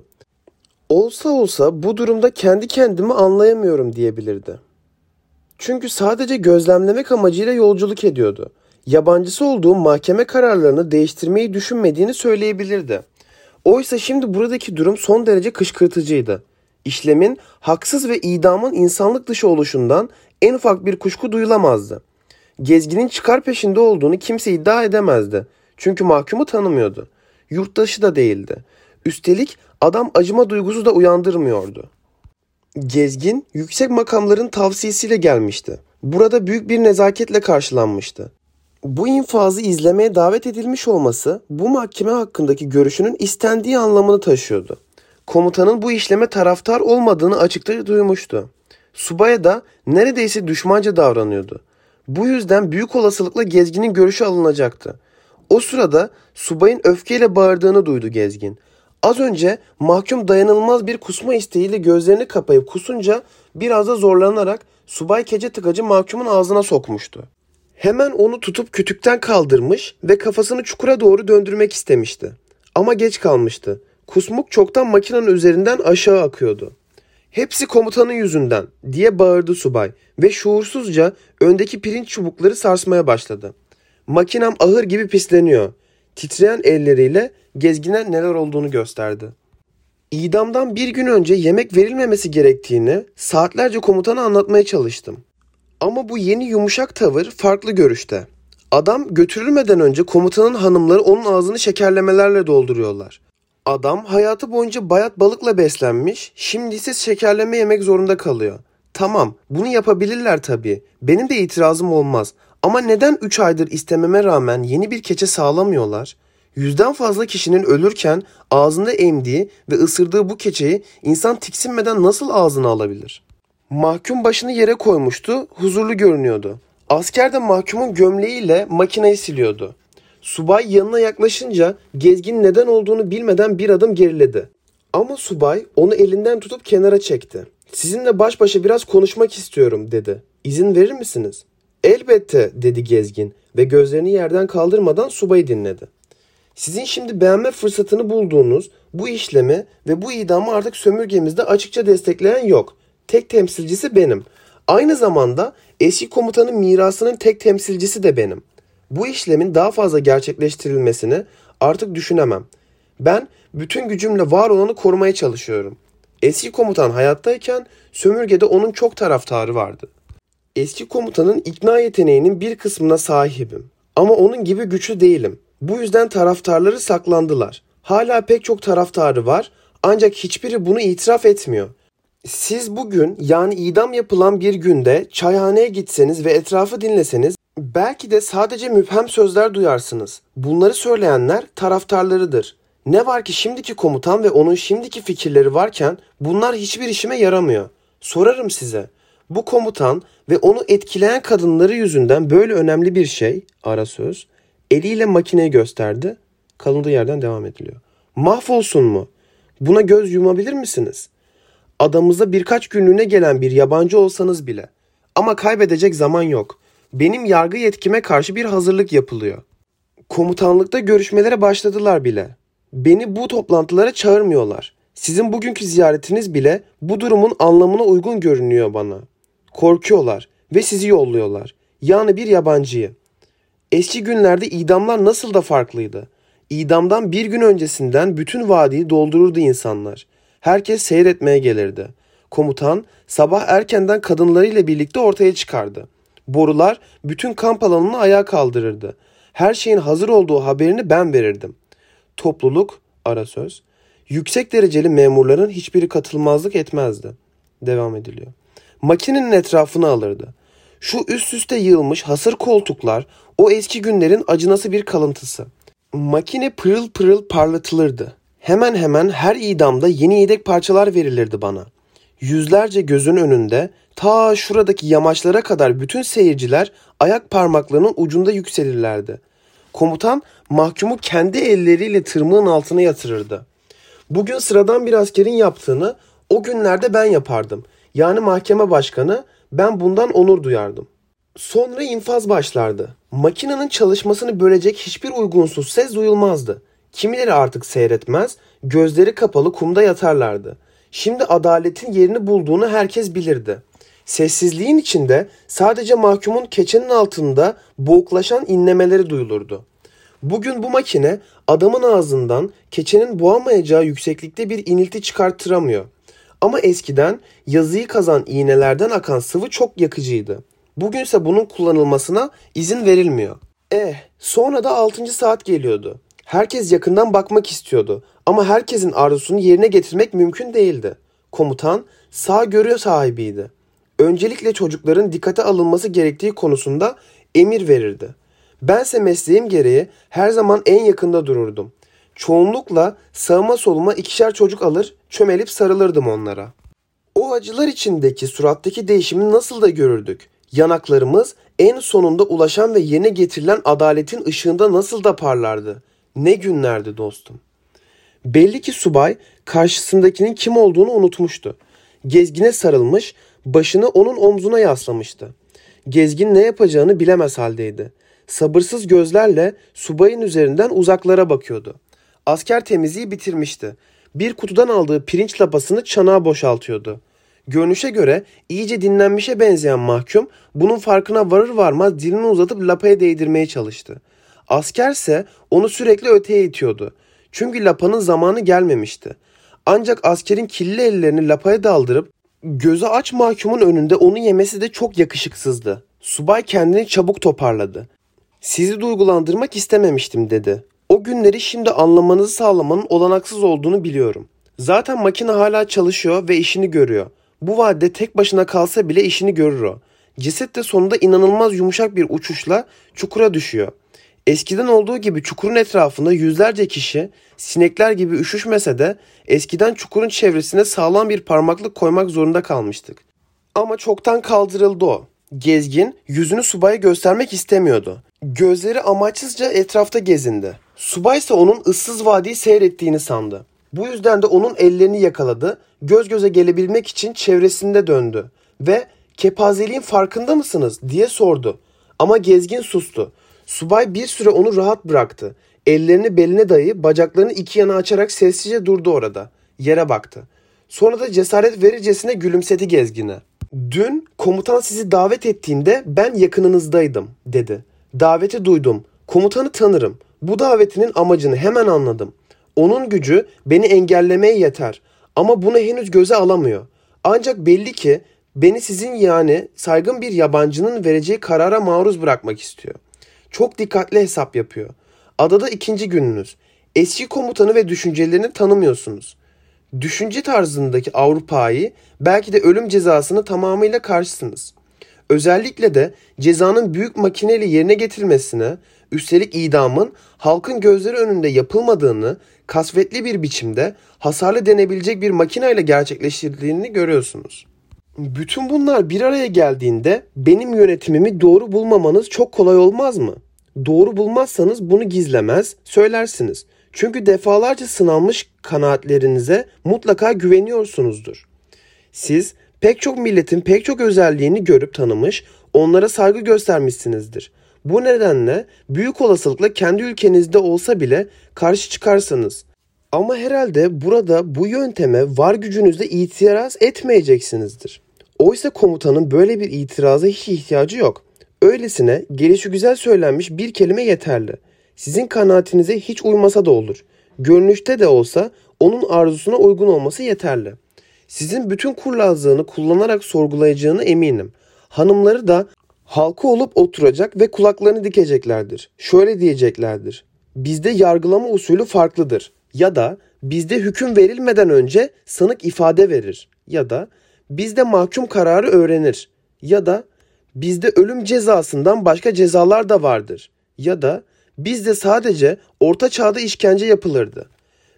Olsa bu durumda kendi kendimi anlayamıyorum diyebilirdi. Çünkü sadece gözlemlemek amacıyla yolculuk ediyordu. Yabancısı olduğu mahkeme kararlarını değiştirmeyi düşünmediğini söyleyebilirdi. Oysa şimdi buradaki durum son derece kışkırtıcıydı. İşlemin haksız ve idamın insanlık dışı oluşundan en ufak bir kuşku duyulamazdı. Gezginin çıkar peşinde olduğunu kimse iddia edemezdi. Çünkü mahkumu tanımıyordu. Yurttaşı da değildi. Üstelik adam acıma duygusu da uyandırmıyordu. Gezgin yüksek makamların tavsiyesiyle gelmişti. Burada büyük bir nezaketle karşılanmıştı. Bu infazı izlemeye davet edilmiş olması bu mahkeme hakkındaki görüşünün istendiği anlamını taşıyordu. Komutanın bu işleme taraftar olmadığını açıkça duymuştu. Subaya da neredeyse düşmanca davranıyordu. Bu yüzden büyük olasılıkla Gezgin'in görüşü alınacaktı. O sırada subayın öfkeyle bağırdığını duydu Gezgin. Az önce mahkum dayanılmaz bir kusma isteğiyle gözlerini kapayıp kusunca biraz da zorlanarak subay kece tıkacı mahkumun ağzına sokmuştu. Hemen onu tutup kütükten kaldırmış ve kafasını çukura doğru döndürmek istemişti. Ama geç kalmıştı. Kusmuk çoktan makinenin üzerinden aşağı akıyordu. "Hepsi komutanın yüzünden," diye bağırdı subay ve şuursuzca öndeki pirinç çubukları sarsmaya başladı. "Makinem ahır gibi pisleniyor." Titreyen elleriyle Gezgin'e neler olduğunu gösterdi. İdamdan bir gün önce yemek verilmemesi gerektiğini saatlerce komutana anlatmaya çalıştım. Ama bu yeni yumuşak tavır farklı görüşte. Adam götürülmeden önce komutanın hanımları onun ağzını şekerlemelerle dolduruyorlar. Adam hayatı boyunca bayat balıkla beslenmiş, şimdi ise şekerleme yemek zorunda kalıyor. Tamam, bunu yapabilirler tabii. Benim de itirazım olmaz. Ama neden 3 aydır istememe rağmen yeni bir keçe sağlamıyorlar? 100'den fazla kişinin ölürken ağzında emdiği ve ısırdığı bu keçeyi insan tiksinmeden nasıl ağzına alabilir? Mahkum başını yere koymuştu, huzurlu görünüyordu. Asker de mahkumun gömleğiyle makineyi siliyordu. Subay yanına yaklaşınca Gezgin neden olduğunu bilmeden bir adım geriledi. Ama subay onu elinden tutup kenara çekti. "Sizinle baş başa biraz konuşmak istiyorum," dedi. "İzin verir misiniz?" "Elbette," dedi Gezgin ve gözlerini yerden kaldırmadan subayı dinledi. "Sizin şimdi beğenme fırsatını bulduğunuz bu işlemi ve bu idamı artık sömürgemizde açıkça destekleyen yok. Tek temsilcisi benim. Aynı zamanda eski komutanın mirasının tek temsilcisi de benim. Bu işlemin daha fazla gerçekleştirilmesini artık düşünemem. Ben bütün gücümle var olanı korumaya çalışıyorum. Eski komutan hayattayken sömürgede onun çok taraftarı vardı. Eski komutanın ikna yeteneğinin bir kısmına sahibim. Ama onun gibi güçlü değilim. Bu yüzden taraftarları saklandılar. Hala pek çok taraftarı var ancak hiçbiri bunu itiraf etmiyor. Siz bugün, yani idam yapılan bir günde çayhaneye gitseniz ve etrafı dinleseniz belki de sadece müphem sözler duyarsınız. Bunları söyleyenler taraftarlarıdır. Ne var ki şimdiki komutan ve onun şimdiki fikirleri varken bunlar hiçbir işime yaramıyor. Sorarım size, bu komutan ve onu etkileyen kadınları yüzünden böyle önemli bir şey," ara söz, eliyle makineyi gösterdi. Kalındığı yerden devam ediliyor. "Mahvolsun mu? Buna göz yumabilir misiniz? Adamıza birkaç günlüğüne gelen bir yabancı olsanız bile. Ama kaybedecek zaman yok. Benim yargı yetkime karşı bir hazırlık yapılıyor. Komutanlıkta görüşmelere başladılar bile. Beni bu toplantılara çağırmıyorlar. Sizin bugünkü ziyaretiniz bile bu durumun anlamına uygun görünüyor bana. Korkuyorlar ve sizi yolluyorlar. Yani bir yabancıyı. Eski günlerde idamlar nasıl da farklıydı. İdamdan bir gün öncesinden bütün vadiyi doldururdu insanlar. Herkes seyretmeye gelirdi. Komutan sabah erkenden kadınlarıyla birlikte ortaya çıkardı. Borular bütün kamp alanını ayağa kaldırırdı. Her şeyin hazır olduğu haberini ben verirdim. Topluluk, ara söz, yüksek dereceli memurların hiçbiri katılmazlık etmezdi. Devam ediliyor. Makinenin etrafını alırdı. Şu üst üste yığılmış hasır koltuklar o eski günlerin acınası bir kalıntısı. Makine pırıl pırıl parlatılırdı. Hemen hemen her idamda yeni yedek parçalar verilirdi bana. Yüzlerce gözün önünde ta şuradaki yamaçlara kadar bütün seyirciler ayak parmaklarının ucunda yükselirlerdi. Komutan mahkumu kendi elleriyle tırmığın altına yatırırdı. Bugün sıradan bir askerin yaptığını o günlerde ben yapardım. Yani mahkeme başkanı, ben bundan onur duyardım. Sonra infaz başlardı. Makinenin çalışmasını bölecek hiçbir uygunsuz ses duyulmazdı. Kimileri artık seyretmez, gözleri kapalı kumda yatarlardı. Şimdi adaletin yerini bulduğunu herkes bilirdi. Sessizliğin içinde sadece mahkumun keçenin altında boğuklaşan inlemeleri duyulurdu. Bugün bu makine adamın ağzından keçenin boğamayacağı yükseklikte bir inilti çıkarttıramıyor. Ama eskiden yazıyı kazan iğnelerden akan sıvı çok yakıcıydı. Bugünse bunun kullanılmasına izin verilmiyor. Sonra da 6. saat geliyordu. Herkes yakından bakmak istiyordu ama herkesin arzusunu yerine getirmek mümkün değildi. Komutan sağgörü sahibiydi. Öncelikle çocukların dikkate alınması gerektiği konusunda emir verirdi. Bense mesleğim gereği her zaman en yakında dururdum. Çoğunlukla sağıma soluma 2'şer çocuk alır, çömelip sarılırdım onlara. O acılar içindeki surattaki değişimi nasıl da görürdük. Yanaklarımız en sonunda ulaşan ve yerine getirilen adaletin ışığında nasıl da parlardı. Ne günlerdi dostum. Belli ki subay karşısındakinin kim olduğunu unutmuştu. Gezgine sarılmış, başını onun omzuna yaslamıştı. Gezgin ne yapacağını bilemez haldeydi. Sabırsız gözlerle subayın üzerinden uzaklara bakıyordu. Asker temizliği bitirmişti. Bir kutudan aldığı pirinç lapasını çanağa boşaltıyordu. Görünüşe göre iyice dinlenmişe benzeyen mahkum bunun farkına varır varmaz dilini uzatıp lapaya değdirmeye çalıştı. Askerse onu sürekli öteye itiyordu. Çünkü lapanın zamanı gelmemişti. Ancak askerin kirli ellerini lapaya daldırıp gözü aç mahkumun önünde onu yemesi de çok yakışıksızdı. Subay kendini çabuk toparladı. "Sizi duygulandırmak istememiştim," dedi. "O günleri şimdi anlamanızı sağlamanın olanaksız olduğunu biliyorum. Zaten makine hala çalışıyor ve işini görüyor. Bu vadede tek başına kalsa bile işini görür o. Ceset de sonunda inanılmaz yumuşak bir uçuşla çukura düşüyor. Eskiden olduğu gibi çukurun etrafında yüzlerce kişi sinekler gibi üşüşmese de eskiden çukurun çevresine sağlam bir parmaklık koymak zorunda kalmıştık. Ama çoktan kaldırıldı o. Gezgin yüzünü subaya göstermek istemiyordu. Gözleri amaçsızca etrafta gezindi. Subay ise onun ıssız vadiyi seyrettiğini sandı. Bu yüzden de onun ellerini yakaladı, göz göze gelebilmek için çevresinde döndü ve "Kepazeliğin farkında mısınız?" diye sordu. Ama gezgin sustu. Subay bir süre onu rahat bıraktı. Ellerini beline dayayıp bacaklarını iki yana açarak sessizce durdu orada. Yere baktı. Sonra da cesaret verircesine gülümsedi gezgine. "Dün komutan sizi davet ettiğinde ben yakınınızdaydım," dedi. "Daveti duydum. Komutanı tanırım. Bu davetinin amacını hemen anladım. Onun gücü beni engellemeye yeter ama bunu henüz göze alamıyor. Ancak belli ki beni sizin yani saygın bir yabancının vereceği karara maruz bırakmak istiyor. Çok dikkatli hesap yapıyor. Adada 2. gününüz. Eski komutanı ve düşüncelerini tanımıyorsunuz. Düşünce tarzındaki Avrupa'yı belki de ölüm cezasını tamamıyla karşısınız. Özellikle de cezanın büyük makineyle yerine getirilmesine, üstelik idamın halkın gözleri önünde yapılmadığını, kasvetli bir biçimde hasarlı denebilecek bir makineyle gerçekleştirildiğini görüyorsunuz. Bütün bunlar bir araya geldiğinde benim yönetimimi doğru bulmamanız çok kolay olmaz mı? Doğru bulmazsanız bunu gizlemez, söylersiniz. Çünkü defalarca sınanmış kanaatlerinize mutlaka güveniyorsunuzdur. Siz pek çok milletin pek çok özelliğini görüp tanımış, onlara saygı göstermişsinizdir. Bu nedenle büyük olasılıkla kendi ülkenizde olsa bile karşı çıkarsanız. Ama herhalde burada bu yönteme var gücünüzle itiraz etmeyeceksinizdir. Oysa komutanın böyle bir itiraza hiç ihtiyacı yok. Öylesine gelişigüzel söylenmiş bir kelime yeterli. Sizin kanaatinize hiç uymasa da olur. Görünüşte de olsa onun arzusuna uygun olması yeterli. Sizin bütün kurnazlığını kullanarak sorgulayacağına eminim. Hanımları da halka olup oturacak ve kulaklarını dikeceklerdir. Şöyle diyeceklerdir: "Bizde yargılama usulü farklıdır." Ya da "Bizde hüküm verilmeden önce sanık ifade verir." Ya da "Bizde mahkum kararı öğrenir." Ya da "Bizde ölüm cezasından başka cezalar da vardır." Ya da "Bizde sadece orta çağda işkence yapılırdı."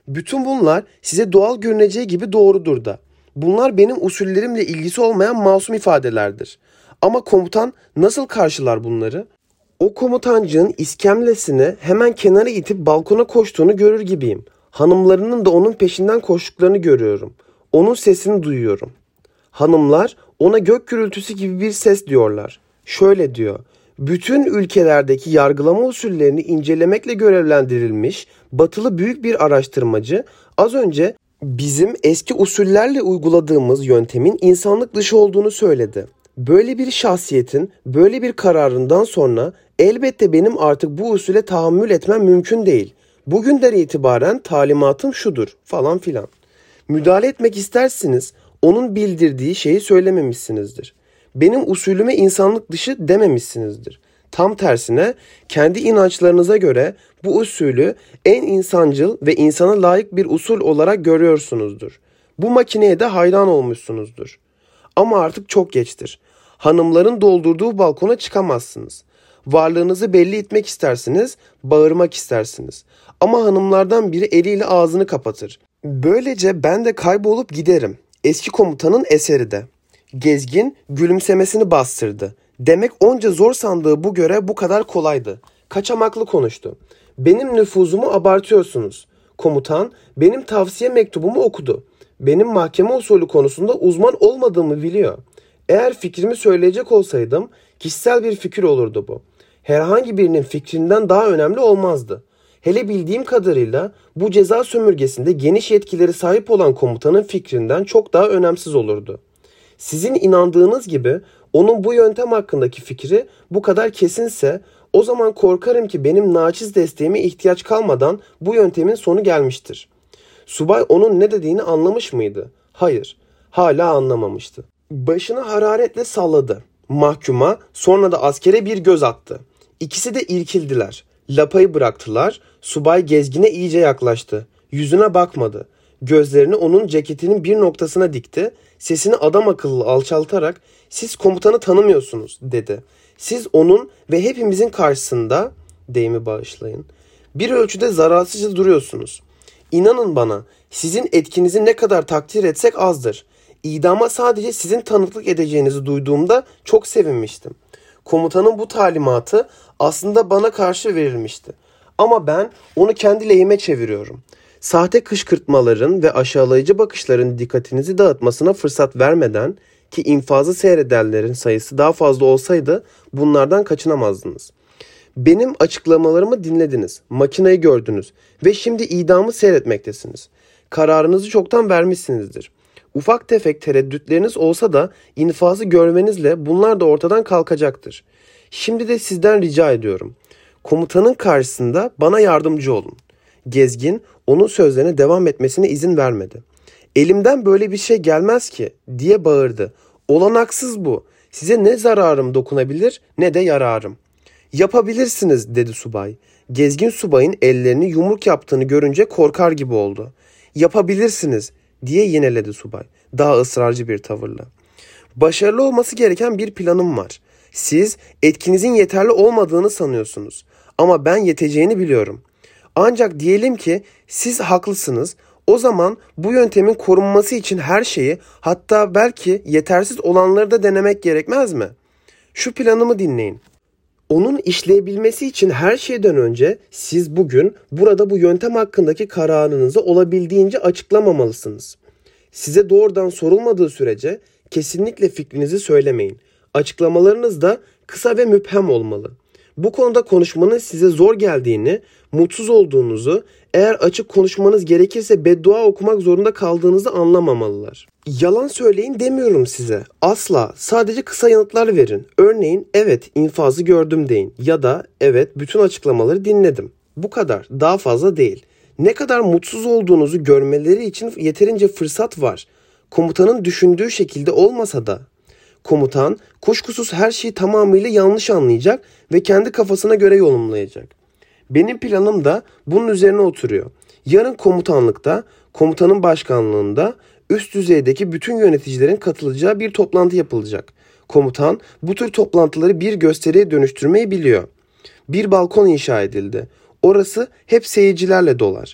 Bütün bunlar size doğal görüneceği gibi doğrudur da. Bunlar benim usullerimle ilgisi olmayan masum ifadelerdir. Ama komutan nasıl karşılar bunları? O komutancığın iskemlesini hemen kenara itip balkona koştuğunu görür gibiyim. Hanımlarının da onun peşinden koştuklarını görüyorum. Onun sesini duyuyorum. Hanımlar ona gök gürültüsü gibi bir ses diyorlar. Şöyle diyor: bütün ülkelerdeki yargılama usullerini incelemekle görevlendirilmiş batılı büyük bir araştırmacı az önce bizim eski usullerle uyguladığımız yöntemin insanlık dışı olduğunu söyledi. Böyle bir şahsiyetin böyle bir kararından sonra elbette benim artık bu usule tahammül etmem mümkün değil. Bugünden itibaren talimatım şudur falan filan. Müdahale etmek istersiniz, onun bildirdiği şeyi söylememişsinizdir. Benim usulüme insanlık dışı dememişsinizdir. Tam tersine kendi inançlarınıza göre bu usulü en insancıl ve insana layık bir usul olarak görüyorsunuzdur. Bu makineye de hayran olmuşsunuzdur. Ama artık çok geçtir. Hanımların doldurduğu balkona çıkamazsınız. Varlığınızı belli etmek istersiniz, bağırmak istersiniz. Ama hanımlardan biri eliyle ağzını kapatır. Böylece ben de kaybolup giderim. Eski komutanın eseri de. Gezgin gülümsemesini bastırdı. Demek onca zor sandığı bu görev bu kadar kolaydı. Kaçamaklı konuştu. Benim nüfuzumu abartıyorsunuz. Komutan benim tavsiye mektubumu okudu. Benim mahkeme usulü konusunda uzman olmadığımı biliyor. Eğer fikrimi söyleyecek olsaydım kişisel bir fikir olurdu bu. Herhangi birinin fikrinden daha önemli olmazdı. Hele bildiğim kadarıyla bu ceza sömürgesinde geniş yetkileri sahip olan komutanın fikrinden çok daha önemsiz olurdu. Sizin inandığınız gibi onun bu yöntem hakkındaki fikri bu kadar kesinse o zaman korkarım ki benim naçiz desteğime ihtiyaç kalmadan bu yöntemin sonu gelmiştir. Subay onun ne dediğini anlamış mıydı? Hayır, hala anlamamıştı. Başını hararetle salladı. Mahkuma sonra da askere bir göz attı. İkisi de irkildiler. Lapayı bıraktılar. Subay Gezgin'e iyice yaklaştı. Yüzüne bakmadı. Gözlerini onun ceketinin bir noktasına dikti. Sesini adam akıllı alçaltarak "Siz komutanı tanımıyorsunuz," dedi. "Siz onun ve hepimizin karşısında, deyimi bağışlayın, bir ölçüde zararsızca duruyorsunuz. İnanın bana, sizin etkinizi ne kadar takdir etsek azdır. İdama sadece sizin tanıklık edeceğinizi duyduğumda çok sevinmiştim. Komutanın bu talimatı aslında bana karşı verilmişti. Ama ben onu kendi lehime çeviriyorum. Sahte kışkırtmaların ve aşağılayıcı bakışların dikkatinizi dağıtmasına fırsat vermeden, ki infazı seyredenlerin sayısı daha fazla olsaydı bunlardan kaçınamazdınız. Benim açıklamalarımı dinlediniz, makinayı gördünüz ve şimdi idamı seyretmektesiniz. Kararınızı çoktan vermişsinizdir. Ufak tefek tereddütleriniz olsa da infazı görmenizle bunlar da ortadan kalkacaktır. Şimdi de sizden rica ediyorum. Komutanın karşısında bana yardımcı olun." Gezgin onun sözlerine devam etmesine izin vermedi. "Elimden böyle bir şey gelmez ki," diye bağırdı. "Olanaksız bu. Size ne zararım dokunabilir ne de yararım." "Yapabilirsiniz," dedi subay. Gezgin subayın ellerini yumruk yaptığını görünce korkar gibi oldu. "Yapabilirsiniz," diye yineledi subay, daha ısrarcı bir tavırla. "Başarılı olması gereken bir planım var. Siz etkinizin yeterli olmadığını sanıyorsunuz. Ama ben yeteceğini biliyorum. Ancak diyelim ki siz haklısınız. O zaman bu yöntemin korunması için her şeyi, hatta belki yetersiz olanları da denemek gerekmez mi? Şu planımı dinleyin. Onun işleyebilmesi için her şeyden önce siz bugün burada bu yöntem hakkındaki kararınızı olabildiğince açıklamamalısınız. Size doğrudan sorulmadığı sürece kesinlikle fikrinizi söylemeyin. Açıklamalarınız da kısa ve müphem olmalı. Bu konuda konuşmanın size zor geldiğini, mutsuz olduğunuzu, eğer açık konuşmanız gerekirse beddua okumak zorunda kaldığınızı anlamamalılar. Yalan söyleyin demiyorum size. Asla. Sadece kısa yanıtlar verin. Örneğin evet infazı gördüm deyin ya da evet bütün açıklamaları dinledim. Bu kadar. Daha fazla değil. Ne kadar mutsuz olduğunuzu görmeleri için yeterince fırsat var. Komutanın düşündüğü şekilde olmasa da. Komutan kuşkusuz her şeyi tamamıyla yanlış anlayacak ve kendi kafasına göre yorumlayacak. Benim planım da bunun üzerine oturuyor. Yarın komutanlıkta, komutanın başkanlığında üst düzeydeki bütün yöneticilerin katılacağı bir toplantı yapılacak. Komutan bu tür toplantıları bir gösteriye dönüştürmeyi biliyor. Bir balkon inşa edildi. Orası hep seyircilerle dolar.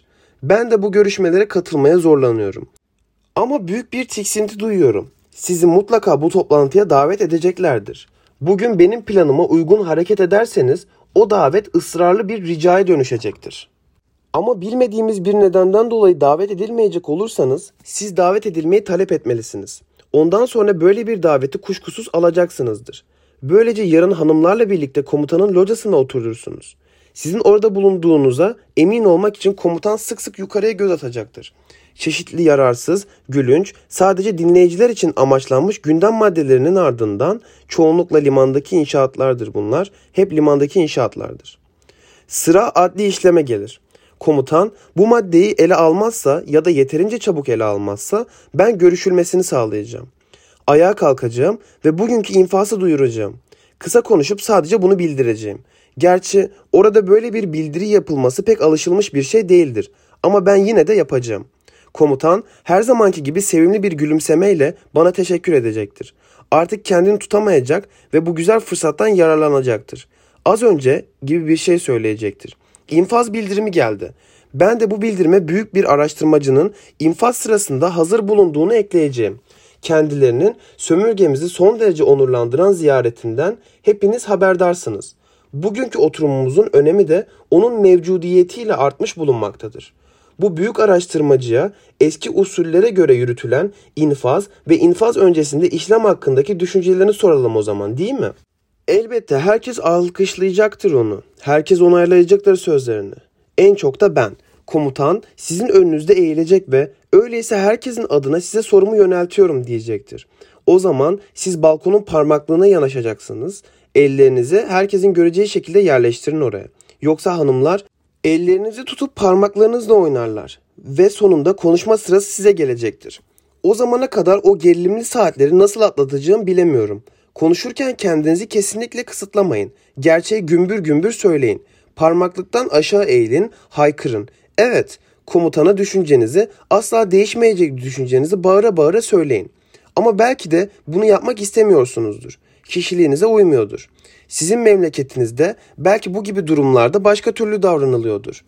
Ben de bu görüşmelere katılmaya zorlanıyorum. Ama büyük bir tiksinti duyuyorum. Sizi mutlaka bu toplantıya davet edeceklerdir. Bugün benim planıma uygun hareket ederseniz o davet ısrarlı bir ricaya dönüşecektir. Ama bilmediğimiz bir nedenden dolayı davet edilmeyecek olursanız siz davet edilmeyi talep etmelisiniz. Ondan sonra böyle bir daveti kuşkusuz alacaksınızdır. Böylece yarın hanımlarla birlikte komutanın locasına oturursunuz. Sizin orada bulunduğunuza emin olmak için komutan sık sık yukarıya göz atacaktır. Çeşitli yararsız, gülünç, sadece dinleyiciler için amaçlanmış gündem maddelerinin ardından çoğunlukla limandaki inşaatlardır bunlar. Hep limandaki inşaatlardır. Sıra adli işleme gelir. Komutan bu maddeyi ele almazsa ya da yeterince çabuk ele almazsa ben görüşülmesini sağlayacağım. Ayağa kalkacağım ve bugünkü infazı duyuracağım. Kısa konuşup sadece bunu bildireceğim. Gerçi orada böyle bir bildiri yapılması pek alışılmış bir şey değildir. Ama ben yine de yapacağım. Komutan her zamanki gibi sevimli bir gülümsemeyle bana teşekkür edecektir. Artık kendini tutamayacak ve bu güzel fırsattan yararlanacaktır. Az önce gibi bir şey söyleyecektir. İnfaz bildirimi geldi. Ben de bu bildirime büyük bir araştırmacının infaz sırasında hazır bulunduğunu ekleyeceğim. Kendilerinin sömürgemizi son derece onurlandıran ziyaretinden hepiniz haberdarsınız. Bugünkü oturumumuzun önemi de onun mevcudiyetiyle artmış bulunmaktadır. Bu büyük araştırmacıya eski usullere göre yürütülen infaz ve infaz öncesinde işlem hakkındaki düşüncelerini soralım o zaman, değil mi? Elbette herkes alkışlayacaktır onu. Herkes onaylayacaktır sözlerini. En çok da ben. Komutan sizin önünüzde eğilecek ve öyleyse herkesin adına size sorumu yöneltiyorum diyecektir. O zaman siz balkonun parmaklığına yanaşacaksınız. Ellerinizi herkesin göreceği şekilde yerleştirin oraya. Yoksa hanımlar ellerinizi tutup parmaklarınızla oynarlar. Ve sonunda konuşma sırası size gelecektir. O zamana kadar o gerilimli saatleri nasıl atlatacağım bilemiyorum. Konuşurken kendinizi kesinlikle kısıtlamayın. Gerçeği gümbür gümbür söyleyin. Parmaklıktan aşağı eğilin, haykırın. Evet, komutana düşüncenizi, asla değişmeyecek düşüncenizi bağıra bağıra söyleyin. Ama belki de bunu yapmak istemiyorsunuzdur. Kişiliğinize uymuyordur. Sizin memleketinizde belki bu gibi durumlarda başka türlü davranılıyordur.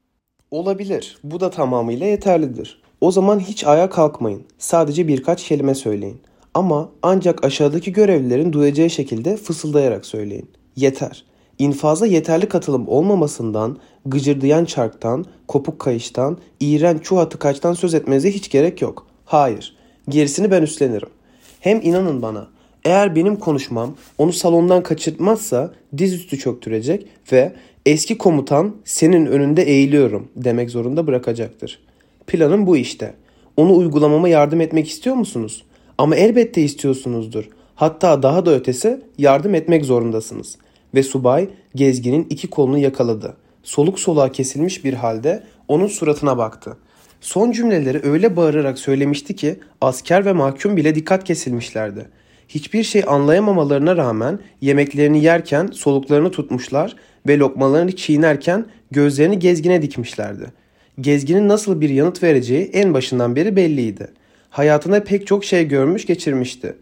Olabilir. Bu da tamamıyla yeterlidir. O zaman hiç ayağa kalkmayın. Sadece birkaç kelime söyleyin. Ama ancak aşağıdaki görevlilerin duyacağı şekilde fısıldayarak söyleyin. Yeter. İnfaza yeterli katılım olmamasından, gıcırdayan çarktan, kopuk kayıştan, iğrenç çuha tıkaçtan söz etmenize hiç gerek yok. Hayır. Gerisini ben üstlenirim. Hem inanın bana, eğer benim konuşmam onu salondan kaçırtmazsa dizüstü çöktürecek ve eski komutan senin önünde eğiliyorum demek zorunda bırakacaktır. Planım bu işte. Onu uygulamama yardım etmek istiyor musunuz? Ama elbette istiyorsunuzdur. Hatta daha da ötesi yardım etmek zorundasınız. Ve subay gezginin iki kolunu yakaladı. Soluk soluğa kesilmiş bir halde onun suratına baktı. Son cümleleri öyle bağırarak söylemişti ki asker ve mahkum bile dikkat kesilmişlerdi. Hiçbir şey anlayamamalarına rağmen yemeklerini yerken soluklarını tutmuşlar ve lokmalarını çiğnerken gözlerini gezgine dikmişlerdi. Gezginin nasıl bir yanıt vereceği en başından beri belliydi. Hayatında pek çok şey görmüş geçirmişti.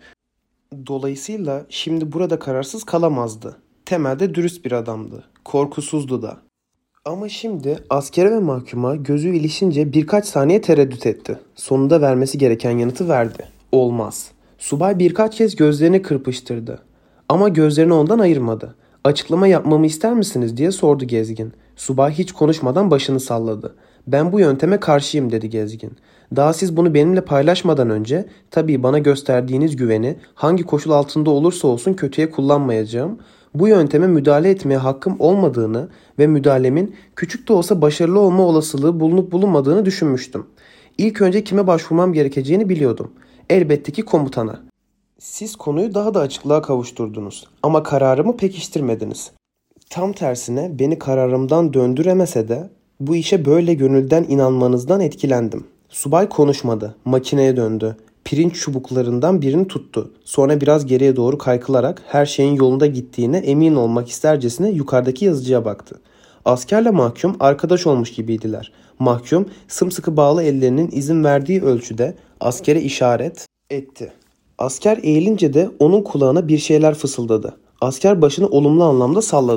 Dolayısıyla şimdi burada kararsız kalamazdı. Temelde dürüst bir adamdı. Korkusuzdu da. Ama şimdi askere ve mahkuma gözü ilişince birkaç saniye tereddüt etti. Sonunda vermesi gereken yanıtı verdi. Olmaz. Subay birkaç kez gözlerini kırpıştırdı. Ama gözlerini ondan ayırmadı. Açıklama yapmamı ister misiniz diye sordu gezgin. Subay hiç konuşmadan başını salladı. Ben bu yönteme karşıyım dedi gezgin. Daha siz bunu benimle paylaşmadan önce tabii bana gösterdiğiniz güveni hangi koşul altında olursa olsun kötüye kullanmayacağım. Bu yönteme müdahale etmeye hakkım olmadığını ve müdahalemin küçük de olsa başarılı olma olasılığı bulunup bulunmadığını düşünmüştüm. İlk önce kime başvurmam gerekeceğini biliyordum. Elbette ki komutana. Siz konuyu daha da açıklığa kavuşturdunuz ama kararımı pekiştirmediniz. Tam tersine beni kararımdan döndüremese de bu işe böyle gönülden inanmanızdan etkilendim. Subay konuşmadı, makineye döndü. Pirinç çubuklarından birini tuttu. Sonra biraz geriye doğru kaykılarak her şeyin yolunda gittiğine emin olmak istercesine yukarıdaki yazıcıya baktı. Askerle mahkum arkadaş olmuş gibiydiler. Mahkum sımsıkı bağlı ellerinin izin verdiği ölçüde askere işaret etti. Asker eğilince de onun kulağına bir şeyler fısıldadı. Asker başını olumlu anlamda salladı.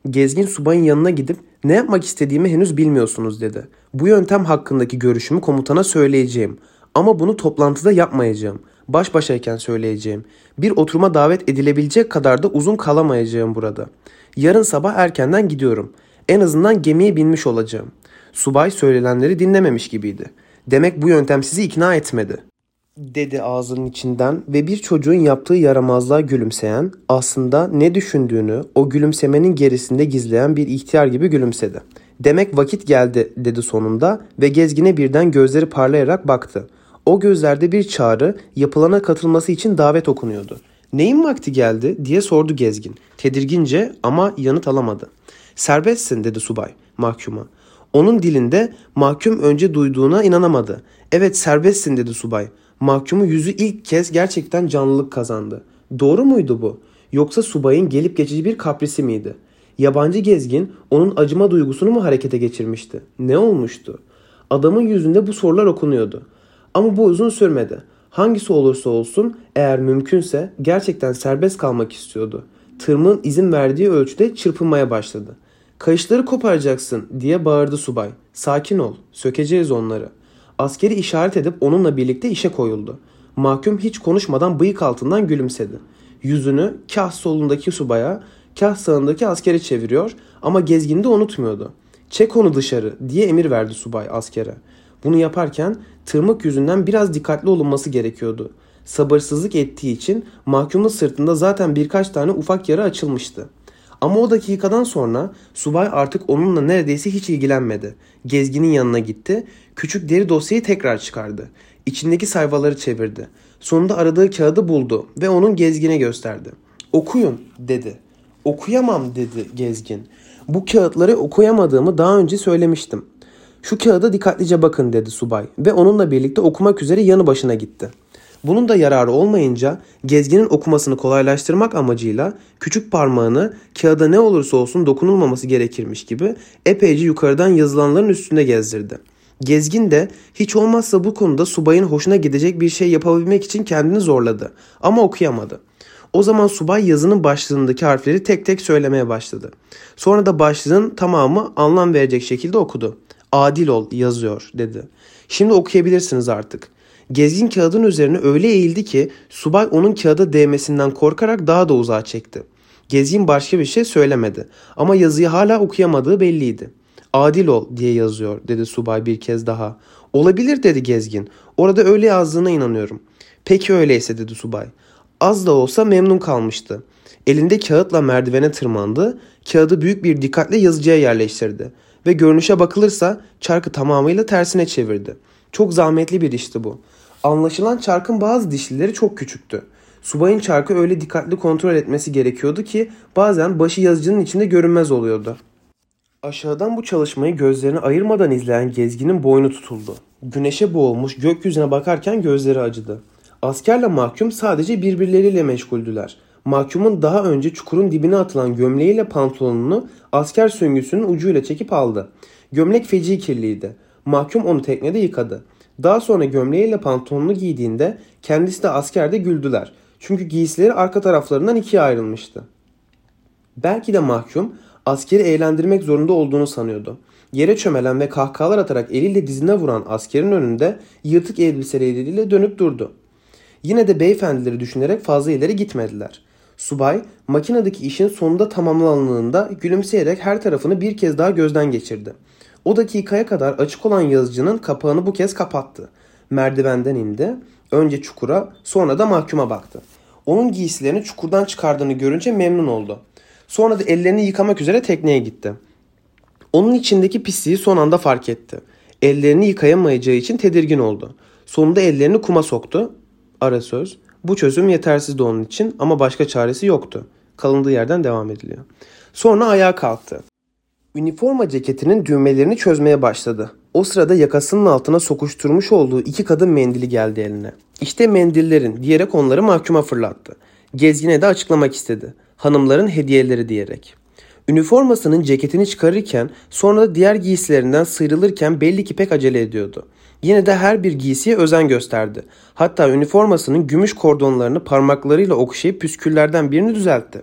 Gezgin subayın yanına gidip ne yapmak istediğimi henüz bilmiyorsunuz dedi. Bu yöntem hakkındaki görüşümü komutana söyleyeceğim. Ama bunu toplantıda yapmayacağım. Baş başayken söyleyeceğim. Bir oturuma davet edilebilecek kadar da uzun kalamayacağım burada. Yarın sabah erkenden gidiyorum. En azından gemiye binmiş olacağım. Subay söylenenleri dinlememiş gibiydi. Demek bu yöntem sizi ikna etmedi, dedi ağzının içinden ve bir çocuğun yaptığı yaramazlığa gülümseyen, aslında ne düşündüğünü o gülümsemenin gerisinde gizleyen bir ihtiyar gibi gülümsedi. Demek vakit geldi, dedi sonunda ve gezgine birden gözleri parlayarak baktı. O gözlerde bir çağrı, yapılana katılması için davet okunuyordu. Neyin vakti geldi diye sordu gezgin. Tedirgince ama yanıt alamadı. Serbestsin, dedi subay mahkuma. Onun dilinde mahkum önce duyduğuna inanamadı. Evet, serbestsin, dedi subay. Mahkumun yüzü ilk kez gerçekten canlılık kazandı. Doğru muydu bu? Yoksa subayın gelip geçici bir kaprisi miydi? Yabancı gezgin onun acıma duygusunu mu harekete geçirmişti? Ne olmuştu? Adamın yüzünde bu sorular okunuyordu. Ama bu uzun sürmedi. Hangisi olursa olsun eğer mümkünse gerçekten serbest kalmak istiyordu. Tırmığın izin verdiği ölçüde çırpınmaya başladı. Kayışları koparacaksın diye bağırdı subay. Sakin ol, sökeceğiz onları. Askeri işaret edip onunla birlikte işe koyuldu. Mahkum hiç konuşmadan bıyık altından gülümsedi. Yüzünü kah solundaki subaya, kah sağındaki askere çeviriyor ama gezgini de unutmuyordu. Çek onu dışarı diye emir verdi subay askere. Bunu yaparken tırmık yüzünden biraz dikkatli olunması gerekiyordu. Sabırsızlık ettiği için mahkumun sırtında zaten birkaç tane ufak yara açılmıştı. Ama o dakikadan sonra subay artık onunla neredeyse hiç ilgilenmedi. Gezginin yanına gitti, küçük deri dosyayı tekrar çıkardı. İçindeki sayfaları çevirdi. Sonunda aradığı kağıdı buldu ve onun gezgine gösterdi. Okuyun, dedi. Okuyamam, dedi gezgin. Bu kağıtları okuyamadığımı daha önce söylemiştim. Şu kağıda dikkatlice bakın, dedi subay ve onunla birlikte okumak üzere yanı başına gitti. Bunun da yararı olmayınca gezginin okumasını kolaylaştırmak amacıyla küçük parmağını kağıda ne olursa olsun dokunulmaması gerekirmiş gibi epeyce yukarıdan yazılanların üstünde gezdirdi. Gezgin de hiç olmazsa bu konuda subayın hoşuna gidecek bir şey yapabilmek için kendini zorladı ama okuyamadı. O zaman subay yazının başlığındaki harfleri tek tek söylemeye başladı. Sonra da başlığın tamamı anlam verecek şekilde okudu. Adil ol yazıyor, dedi. Şimdi okuyabilirsiniz artık. Gezgin kağıdın üzerine öyle eğildi ki subay onun kağıda değmesinden korkarak daha da uzağa çekti. Gezgin başka bir şey söylemedi ama yazıyı hala okuyamadığı belliydi. Adil ol diye yazıyor, dedi subay bir kez daha. Olabilir, dedi gezgin. Orada öyle yazdığına inanıyorum. Peki öyleyse, dedi subay. Az da olsa memnun kalmıştı. Elinde kağıtla merdivene tırmandı, kağıdı büyük bir dikkatle yazıcıya yerleştirdi ve görünüşe bakılırsa çarkı tamamıyla tersine çevirdi. Çok zahmetli bir işti bu. Anlaşılan çarkın bazı dişlileri çok küçüktü. Subayın çarkı öyle dikkatli kontrol etmesi gerekiyordu ki bazen başı yazıcının içinde görünmez oluyordu. Aşağıdan bu çalışmayı gözlerini ayırmadan izleyen gezginin boynu tutuldu. Güneşe boğulmuş gökyüzüne bakarken gözleri acıdı. Askerle mahkum sadece birbirleriyle meşguldüler. Mahkumun daha önce çukurun dibine atılan gömleğiyle pantolonunu asker süngüsünün ucuyla çekip aldı. Gömlek feci kirliydi. Mahkum onu teknede yıkadı. Daha sonra gömleğiyle pantolonunu giydiğinde kendisi de asker de güldüler. Çünkü giysileri arka taraflarından ikiye ayrılmıştı. Belki de mahkum askeri eğlendirmek zorunda olduğunu sanıyordu. Yere çömelen ve kahkahalar atarak eliyle dizine vuran askerin önünde yırtık elbiseleriyle dönüp durdu. Yine de beyefendileri düşünerek fazla ileri gitmediler. Subay makinedeki işin sonunda tamamlandığında gülümseyerek her tarafını bir kez daha gözden geçirdi. O dakikaya kadar açık olan yazıcının kapağını bu kez kapattı. Merdivenden indi. Önce çukura, sonra da mahkuma baktı. Onun giysilerini çukurdan çıkardığını görünce memnun oldu. Sonra da ellerini yıkamak üzere tekneye gitti. Onun içindeki pisliği son anda fark etti. Ellerini yıkayamayacağı için tedirgin oldu. Sonunda ellerini kuma soktu. Ara söz. Bu çözüm yetersizdi onun için ama başka çaresi yoktu. Kalındığı yerden devam ediliyor. Sonra ayağa kalktı. Üniforma ceketinin düğmelerini çözmeye başladı. O sırada yakasının altına sokuşturmuş olduğu 2 kadın mendili geldi eline. İşte mendillerin diyerek onları mahkuma fırlattı. Gezgine de açıklamak istedi. Hanımların hediyeleri diyerek. Üniformasının ceketini çıkarırken sonra da diğer giysilerinden sıyrılırken belli ki pek acele ediyordu. Yine de her bir giysiye özen gösterdi. Hatta üniformasının gümüş kordonlarını parmaklarıyla okşayıp püsküllerden birini düzeltti.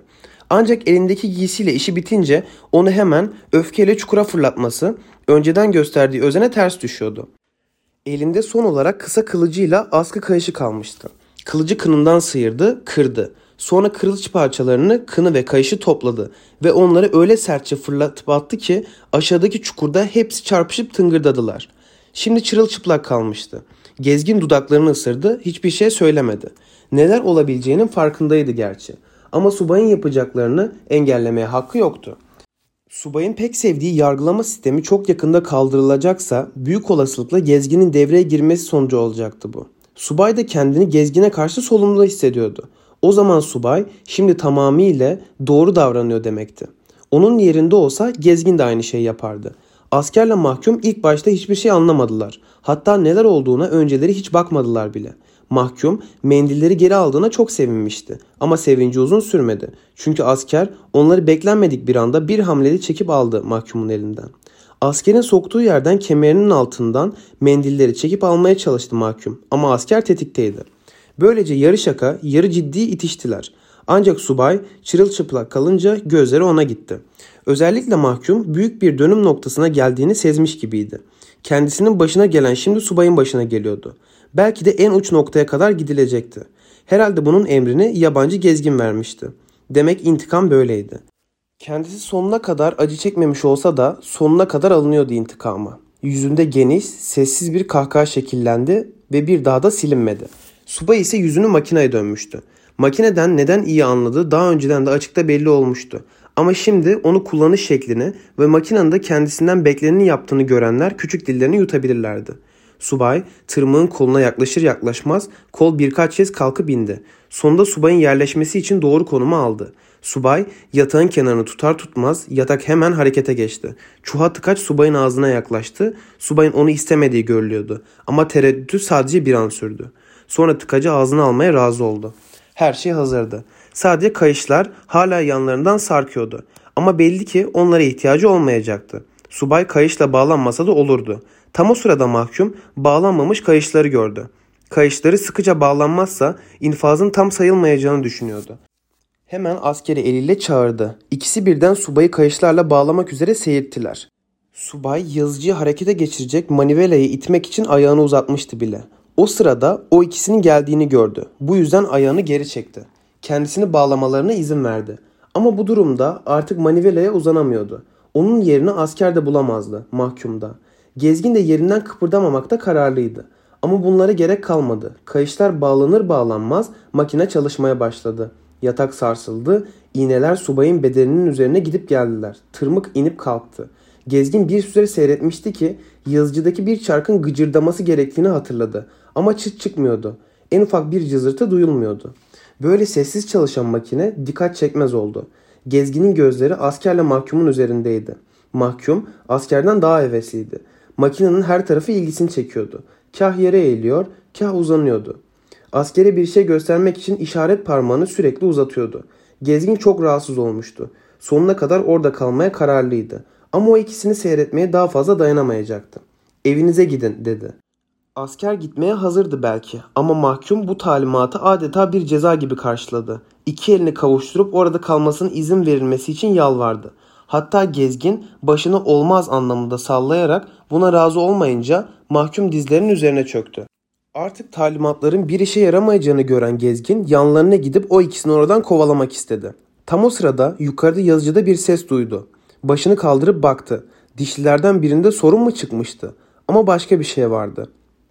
Ancak elindeki giysiyle işi bitince onu hemen öfkeyle çukura fırlatması önceden gösterdiği özene ters düşüyordu. Elinde son olarak kısa kılıcıyla askı kayışı kalmıştı. Kılıcı kınından sıyırdı, kırdı. Sonra kılıç parçalarını, kını ve kayışı topladı ve onları öyle sertçe fırlatıp attı ki aşağıdaki çukurda hepsi çarpışıp tıngırdadılar. Şimdi çırılçıplak kalmıştı. Gezgin dudaklarını ısırdı, hiçbir şey söylemedi. Neler olabileceğinin farkındaydı gerçi. Ama subayın yapacaklarını engellemeye hakkı yoktu. Subayın pek sevdiği yargılama sistemi çok yakında kaldırılacaksa büyük olasılıkla Gezgin'in devreye girmesi sonucu olacaktı bu. Subay da kendini Gezgin'e karşı sorumlu hissediyordu. O zaman subay şimdi tamamıyla doğru davranıyor demekti. Onun yerinde olsa Gezgin de aynı şeyi yapardı. Askerle mahkum ilk başta hiçbir şey anlamadılar. Hatta neler olduğuna önceleri hiç bakmadılar bile. Mahkum mendilleri geri aldığına çok sevinmişti. Ama sevinci uzun sürmedi. Çünkü asker onları beklenmedik bir anda bir hamlede çekip aldı mahkumun elinden. Askerin soktuğu yerden kemerinin altından mendilleri çekip almaya çalıştı mahkum. Ama asker tetikteydi. Böylece yarı şaka yarı ciddi itiştiler. Ancak subay çırılçıplak kalınca gözleri ona gitti. Özellikle mahkum büyük bir dönüm noktasına geldiğini sezmiş gibiydi. Kendisinin başına gelen şimdi subayın başına geliyordu. Belki de en uç noktaya kadar gidilecekti. Herhalde bunun emrini yabancı Gezgin vermişti. Demek intikam böyleydi. Kendisi sonuna kadar acı çekmemiş olsa da sonuna kadar alınıyordu intikama. Yüzünde geniş, sessiz bir kahkaha şekillendi ve bir daha da silinmedi. Subay ise yüzünü makineye dönmüştü. Makineden neden iyi anladığı daha önceden de açıkta belli olmuştu. Ama şimdi onu kullanış şeklini ve makinenin de kendisinden bekleneni yaptığını görenler küçük dillerini yutabilirlerdi. Subay tırmığın koluna yaklaşır yaklaşmaz kol birkaç kez kalkıp indi. Sonunda subayın yerleşmesi için doğru konumu aldı. Subay yatağın kenarını tutar tutmaz yatak hemen harekete geçti. Çuha tıkaç subayın ağzına yaklaştı. Subayın onu istemediği görülüyordu. Ama tereddütü sadece bir an sürdü. Sonra tıkacı ağzına almaya razı oldu. Her şey hazırdı. Sadece kayışlar hala yanlarından sarkıyordu. Ama belli ki onlara ihtiyacı olmayacaktı. Subay kayışla bağlanmasa da olurdu. Tam o sırada mahkum bağlanmamış kayışları gördü. Kayışları sıkıca bağlanmazsa infazın tam sayılmayacağını düşünüyordu. Hemen askeri eliyle çağırdı. İkisi birden subayı kayışlarla bağlamak üzere seyirttiler. Subay yazıcıyı harekete geçirecek manivelayı itmek için ayağını uzatmıştı bile. O sırada o ikisinin geldiğini gördü. Bu yüzden ayağını geri çekti. Kendisini bağlamalarına izin verdi. Ama bu durumda artık manivelaya uzanamıyordu. Onun yerini asker de bulamazdı, mahkumda. Gezgin de yerinden kıpırdamamakta kararlıydı. Ama bunlara gerek kalmadı. Kayışlar bağlanır bağlanmaz makine çalışmaya başladı. Yatak sarsıldı. İğneler subayın bedeninin üzerine gidip geldiler. Tırmık inip kalktı. Gezgin bir süre seyretmişti ki yazıcıdaki bir çarkın gıcırdaması gerektiğini hatırladı. Ama çıt çıkmıyordu. En ufak bir cızırtı duyulmuyordu. Böyle sessiz çalışan makine dikkat çekmez oldu. Gezginin gözleri askerle mahkumun üzerindeydi. Mahkum askerden daha hevesliydi. Makinenin her tarafı ilgisini çekiyordu. Kah yere eğiliyor, kah uzanıyordu. Askere bir şey göstermek için işaret parmağını sürekli uzatıyordu. Gezgin çok rahatsız olmuştu. Sonuna kadar orada kalmaya kararlıydı. Ama o ikisini seyretmeye daha fazla dayanamayacaktı. "Evinize gidin," dedi. Asker gitmeye hazırdı belki ama mahkum bu talimatı adeta bir ceza gibi karşıladı. İki elini kavuşturup orada kalmasına izin verilmesi için yalvardı. Hatta Gezgin başını olmaz anlamında sallayarak buna razı olmayınca mahkum dizlerinin üzerine çöktü. Artık talimatların bir işe yaramayacağını gören Gezgin yanlarına gidip o ikisini oradan kovalamak istedi. Tam o sırada yukarıda yazıcıda bir ses duydu. Başını kaldırıp baktı. Dişlilerden birinde sorun mu çıkmıştı? Ama başka bir şey vardı.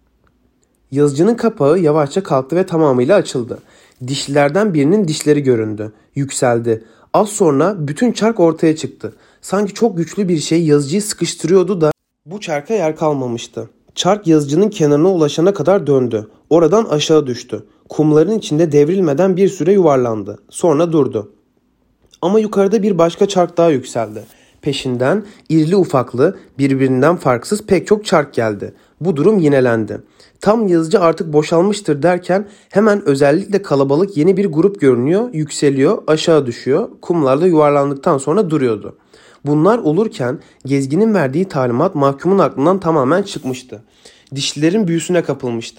Yazıcının kapağı yavaşça kalktı ve tamamıyla açıldı. Dişlilerden birinin dişleri göründü. Yükseldi. Az sonra bütün çark ortaya çıktı. Sanki çok güçlü bir şey yazıcıyı sıkıştırıyordu da bu çarka yer kalmamıştı. Çark yazıcının kenarına ulaşana kadar döndü. Oradan aşağı düştü. Kumların içinde devrilmeden bir süre yuvarlandı. Sonra durdu. Ama yukarıda bir başka çark daha yükseldi. Peşinden irili ufaklı, birbirinden farksız pek çok çark geldi. Bu durum yinelendi. Tam yazıcı artık boşalmıştır derken hemen özellikle kalabalık yeni bir grup görünüyor, yükseliyor, aşağı düşüyor, kumlarda yuvarlandıktan sonra duruyordu. Bunlar olurken Gezgin'in verdiği talimat mahkumun aklından tamamen çıkmıştı. Dişlilerin büyüsüne kapılmıştı.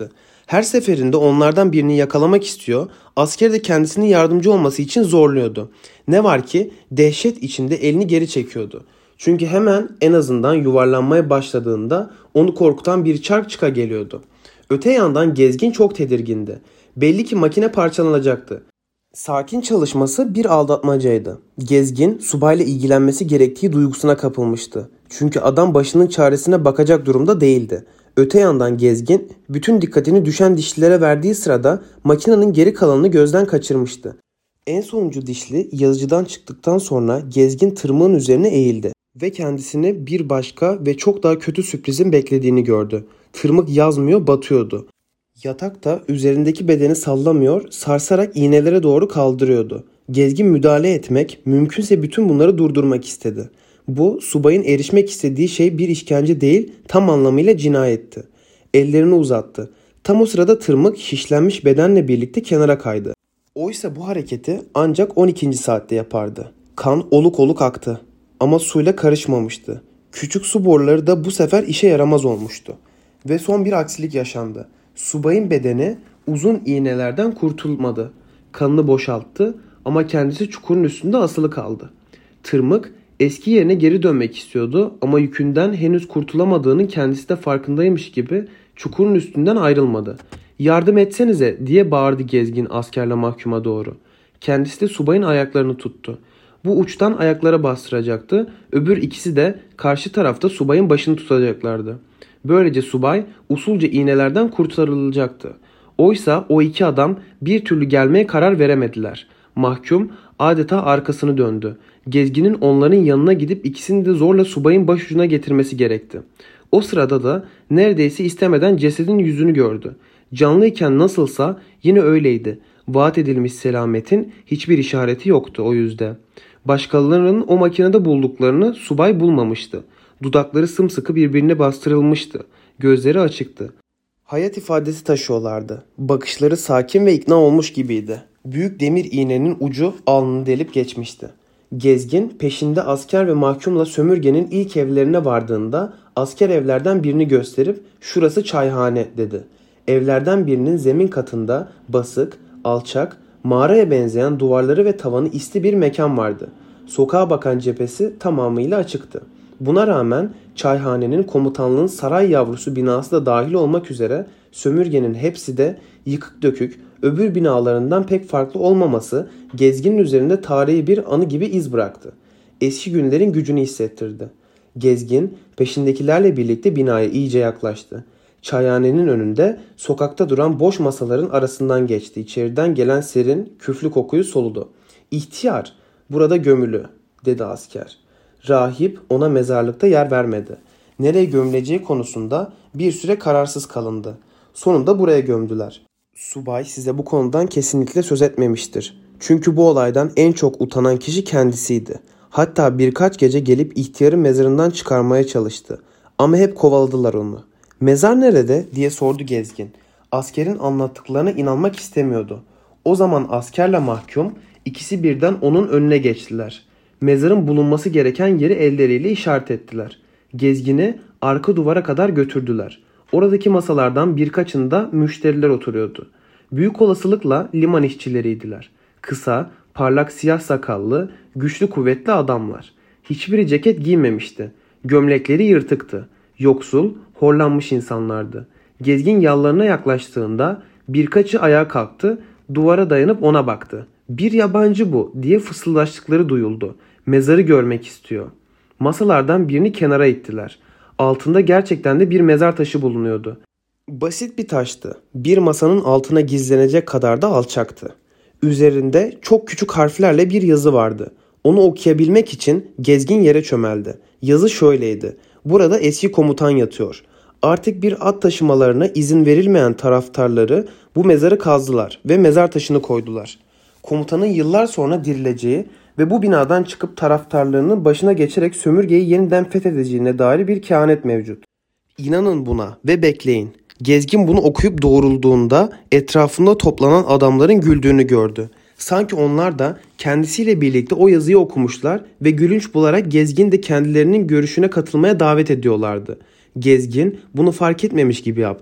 Her seferinde onlardan birini yakalamak istiyor, askeri de kendisinin yardımcı olması için zorluyordu. Ne var ki dehşet içinde elini geri çekiyordu. Çünkü hemen en azından yuvarlanmaya başladığında onu korkutan bir çark çıka geliyordu. Öte yandan Gezgin çok tedirgindi. Belli ki makine parçalanacaktı. Sakin çalışması bir aldatmacaydı. Gezgin, subayla ilgilenmesi gerektiği duygusuna kapılmıştı. Çünkü adam başının çaresine bakacak durumda değildi. Öte yandan Gezgin, bütün dikkatini düşen dişlilere verdiği sırada makinenin geri kalanını gözden kaçırmıştı. En sonuncu dişli yazıcıdan çıktıktan sonra Gezgin tırmığın üzerine eğildi ve kendisini bir başka ve çok daha kötü sürprizin beklediğini gördü. Tırmık yazmıyor, batıyordu. Yatak da üzerindeki bedeni sallamıyor, sarsarak iğnelere doğru kaldırıyordu. Gezgin müdahale etmek, mümkünse bütün bunları durdurmak istedi. Bu, subayın erişmek istediği şey bir işkence değil, tam anlamıyla cinayetti. Ellerini uzattı. Tam o sırada tırmık şişlenmiş bedenle birlikte kenara kaydı. Oysa bu hareketi ancak 12. saatte yapardı. Kan oluk oluk aktı. Ama suyla karışmamıştı. Küçük su boruları da bu sefer işe yaramaz olmuştu. Ve son bir aksilik yaşandı. Subayın bedeni uzun iğnelerden kurtulmadı. Kanını boşalttı ama kendisi çukurun üstünde asılı kaldı. Tırmık eski yerine geri dönmek istiyordu ama yükünden henüz kurtulamadığının kendisi de farkındaymış gibi çukurun üstünden ayrılmadı. "Yardım etsenize!" diye bağırdı Gezgin askerle mahkuma doğru. Kendisi de subayın ayaklarını tuttu. Bu uçtan ayaklara bastıracaktı. Öbür ikisi de karşı tarafta subayın başını tutacaklardı. Böylece subay usulca iğnelerden kurtarılacaktı. Oysa o iki adam bir türlü gelmeye karar veremediler. Mahkum adeta arkasını döndü. Gezgin'in onların yanına gidip ikisini de zorla subayın başucuna getirmesi gerekti. O sırada da neredeyse istemeden cesedin yüzünü gördü. Canlıyken nasılsa yine öyleydi. Vaat edilmiş selametin hiçbir işareti yoktu o yüzde. Başkalarının o makinede bulduklarını subay bulmamıştı. Dudakları sımsıkı birbirine bastırılmıştı. Gözleri açıktı. Hayat ifadesi taşıyorlardı. Bakışları sakin ve ikna olmuş gibiydi. Büyük demir iğnenin ucu alnını delip geçmişti. Gezgin peşinde asker ve mahkumla sömürgenin ilk evlerine vardığında asker evlerden birini gösterip "Şurası çayhane" dedi. Evlerden birinin zemin katında basık, alçak, mağaraya benzeyen duvarları ve tavanı isli bir mekan vardı. Sokağa bakan cephesi tamamıyla açıktı. Buna rağmen çayhanenin komutanlığın saray yavrusu binası da dahil olmak üzere sömürgenin hepsi de yıkık dökük, öbür binalarından pek farklı olmaması Gezgin'in üzerinde tarihi bir anı gibi iz bıraktı. Eski günlerin gücünü hissettirdi. Gezgin peşindekilerle birlikte binaya iyice yaklaştı. Çayhanenin önünde sokakta duran boş masaların arasından geçti. İçeriden gelen serin, küflü kokuyu soludu. "İhtiyar, burada gömülü," dedi asker. Rahip ona mezarlıkta yer vermedi. Nereye gömüleceği konusunda bir süre kararsız kalındı. Sonunda buraya gömdüler. Subay size bu konudan kesinlikle söz etmemiştir. Çünkü bu olaydan en çok utanan kişi kendisiydi. Hatta birkaç gece gelip ihtiyarı mezarından çıkarmaya çalıştı. Ama hep kovaladılar onu. "Mezar nerede?" diye sordu Gezgin. Askerin anlattıklarına inanmak istemiyordu. O zaman askerle mahkum ikisi birden onun önüne geçtiler. Mezarın bulunması gereken yeri elleriyle işaret ettiler. Gezgin'i arka duvara kadar götürdüler. Oradaki masalardan birkaçında müşteriler oturuyordu. Büyük olasılıkla liman işçileriydiler. Kısa, parlak siyah sakallı, güçlü kuvvetli adamlar. Hiçbiri ceket giymemişti. Gömlekleri yırtıktı. Yoksul, horlanmış insanlardı. Gezgin yanlarına yaklaştığında birkaçı ayağa kalktı, duvara dayanıp ona baktı. "Bir yabancı bu," diye fısıldaştıkları duyuldu. "Mezarı görmek istiyor." Masalardan birini kenara ittiler. Altında gerçekten de bir mezar taşı bulunuyordu. Basit bir taştı. Bir masanın altına gizlenecek kadar da alçaktı. Üzerinde çok küçük harflerle bir yazı vardı. Onu okuyabilmek için Gezgin yere çömeldi. Yazı şöyleydi: "Burada eski komutan yatıyor. Artık bir at taşımalarına izin verilmeyen taraftarları bu mezarı kazdılar ve mezar taşını koydular. Komutanın yıllar sonra dirileceği ve bu binadan çıkıp taraftarlarının başına geçerek sömürgeyi yeniden fethedeceğine dair bir kehanet mevcut. İnanın buna ve bekleyin." Gezgin bunu okuyup doğrulduğunda etrafında toplanan adamların güldüğünü gördü. Sanki onlar da kendisiyle birlikte o yazıyı okumuşlar ve gülünç bularak Gezgin de kendilerinin görüşüne katılmaya davet ediyorlardı. Gezgin bunu fark etmemiş gibi yaptı.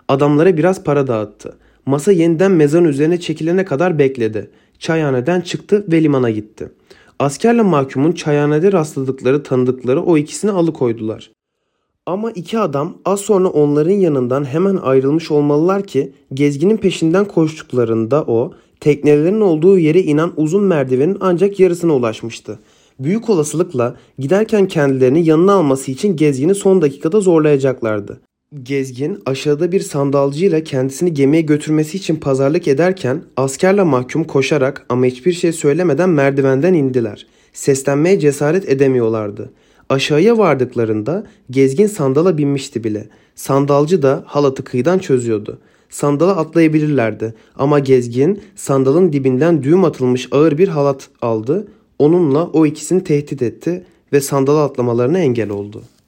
Adamlara biraz para dağıttı. Masa yeniden mezarın üzerine çekilene kadar bekledi. Çayhaneden çıktı ve limana gitti. Askerle mahkumun çayhanede rastladıkları tanıdıkları o ikisini alıkoydular. Ama iki adam az sonra onların yanından hemen ayrılmış olmalılar ki gezginin peşinden koştuklarında o teknelerin olduğu yere inen uzun merdivenin ancak yarısına ulaşmıştı. Büyük olasılıkla giderken kendilerini yanına alması için gezgini son dakikada zorlayacaklardı. Gezgin aşağıda bir sandalcıyla kendisini gemiye götürmesi için pazarlık ederken askerle mahkum koşarak ama hiçbir şey söylemeden merdivenden indiler. Seslenmeye cesaret edemiyorlardı. Aşağıya vardıklarında gezgin sandala binmişti bile. Sandalcı da halatı kıyıdan çözüyordu. Sandala atlayabilirlerdi ama gezgin sandalın dibinden düğüm atılmış ağır bir halat aldı. Onunla o ikisini tehdit etti ve sandala atlamalarına engel oldu.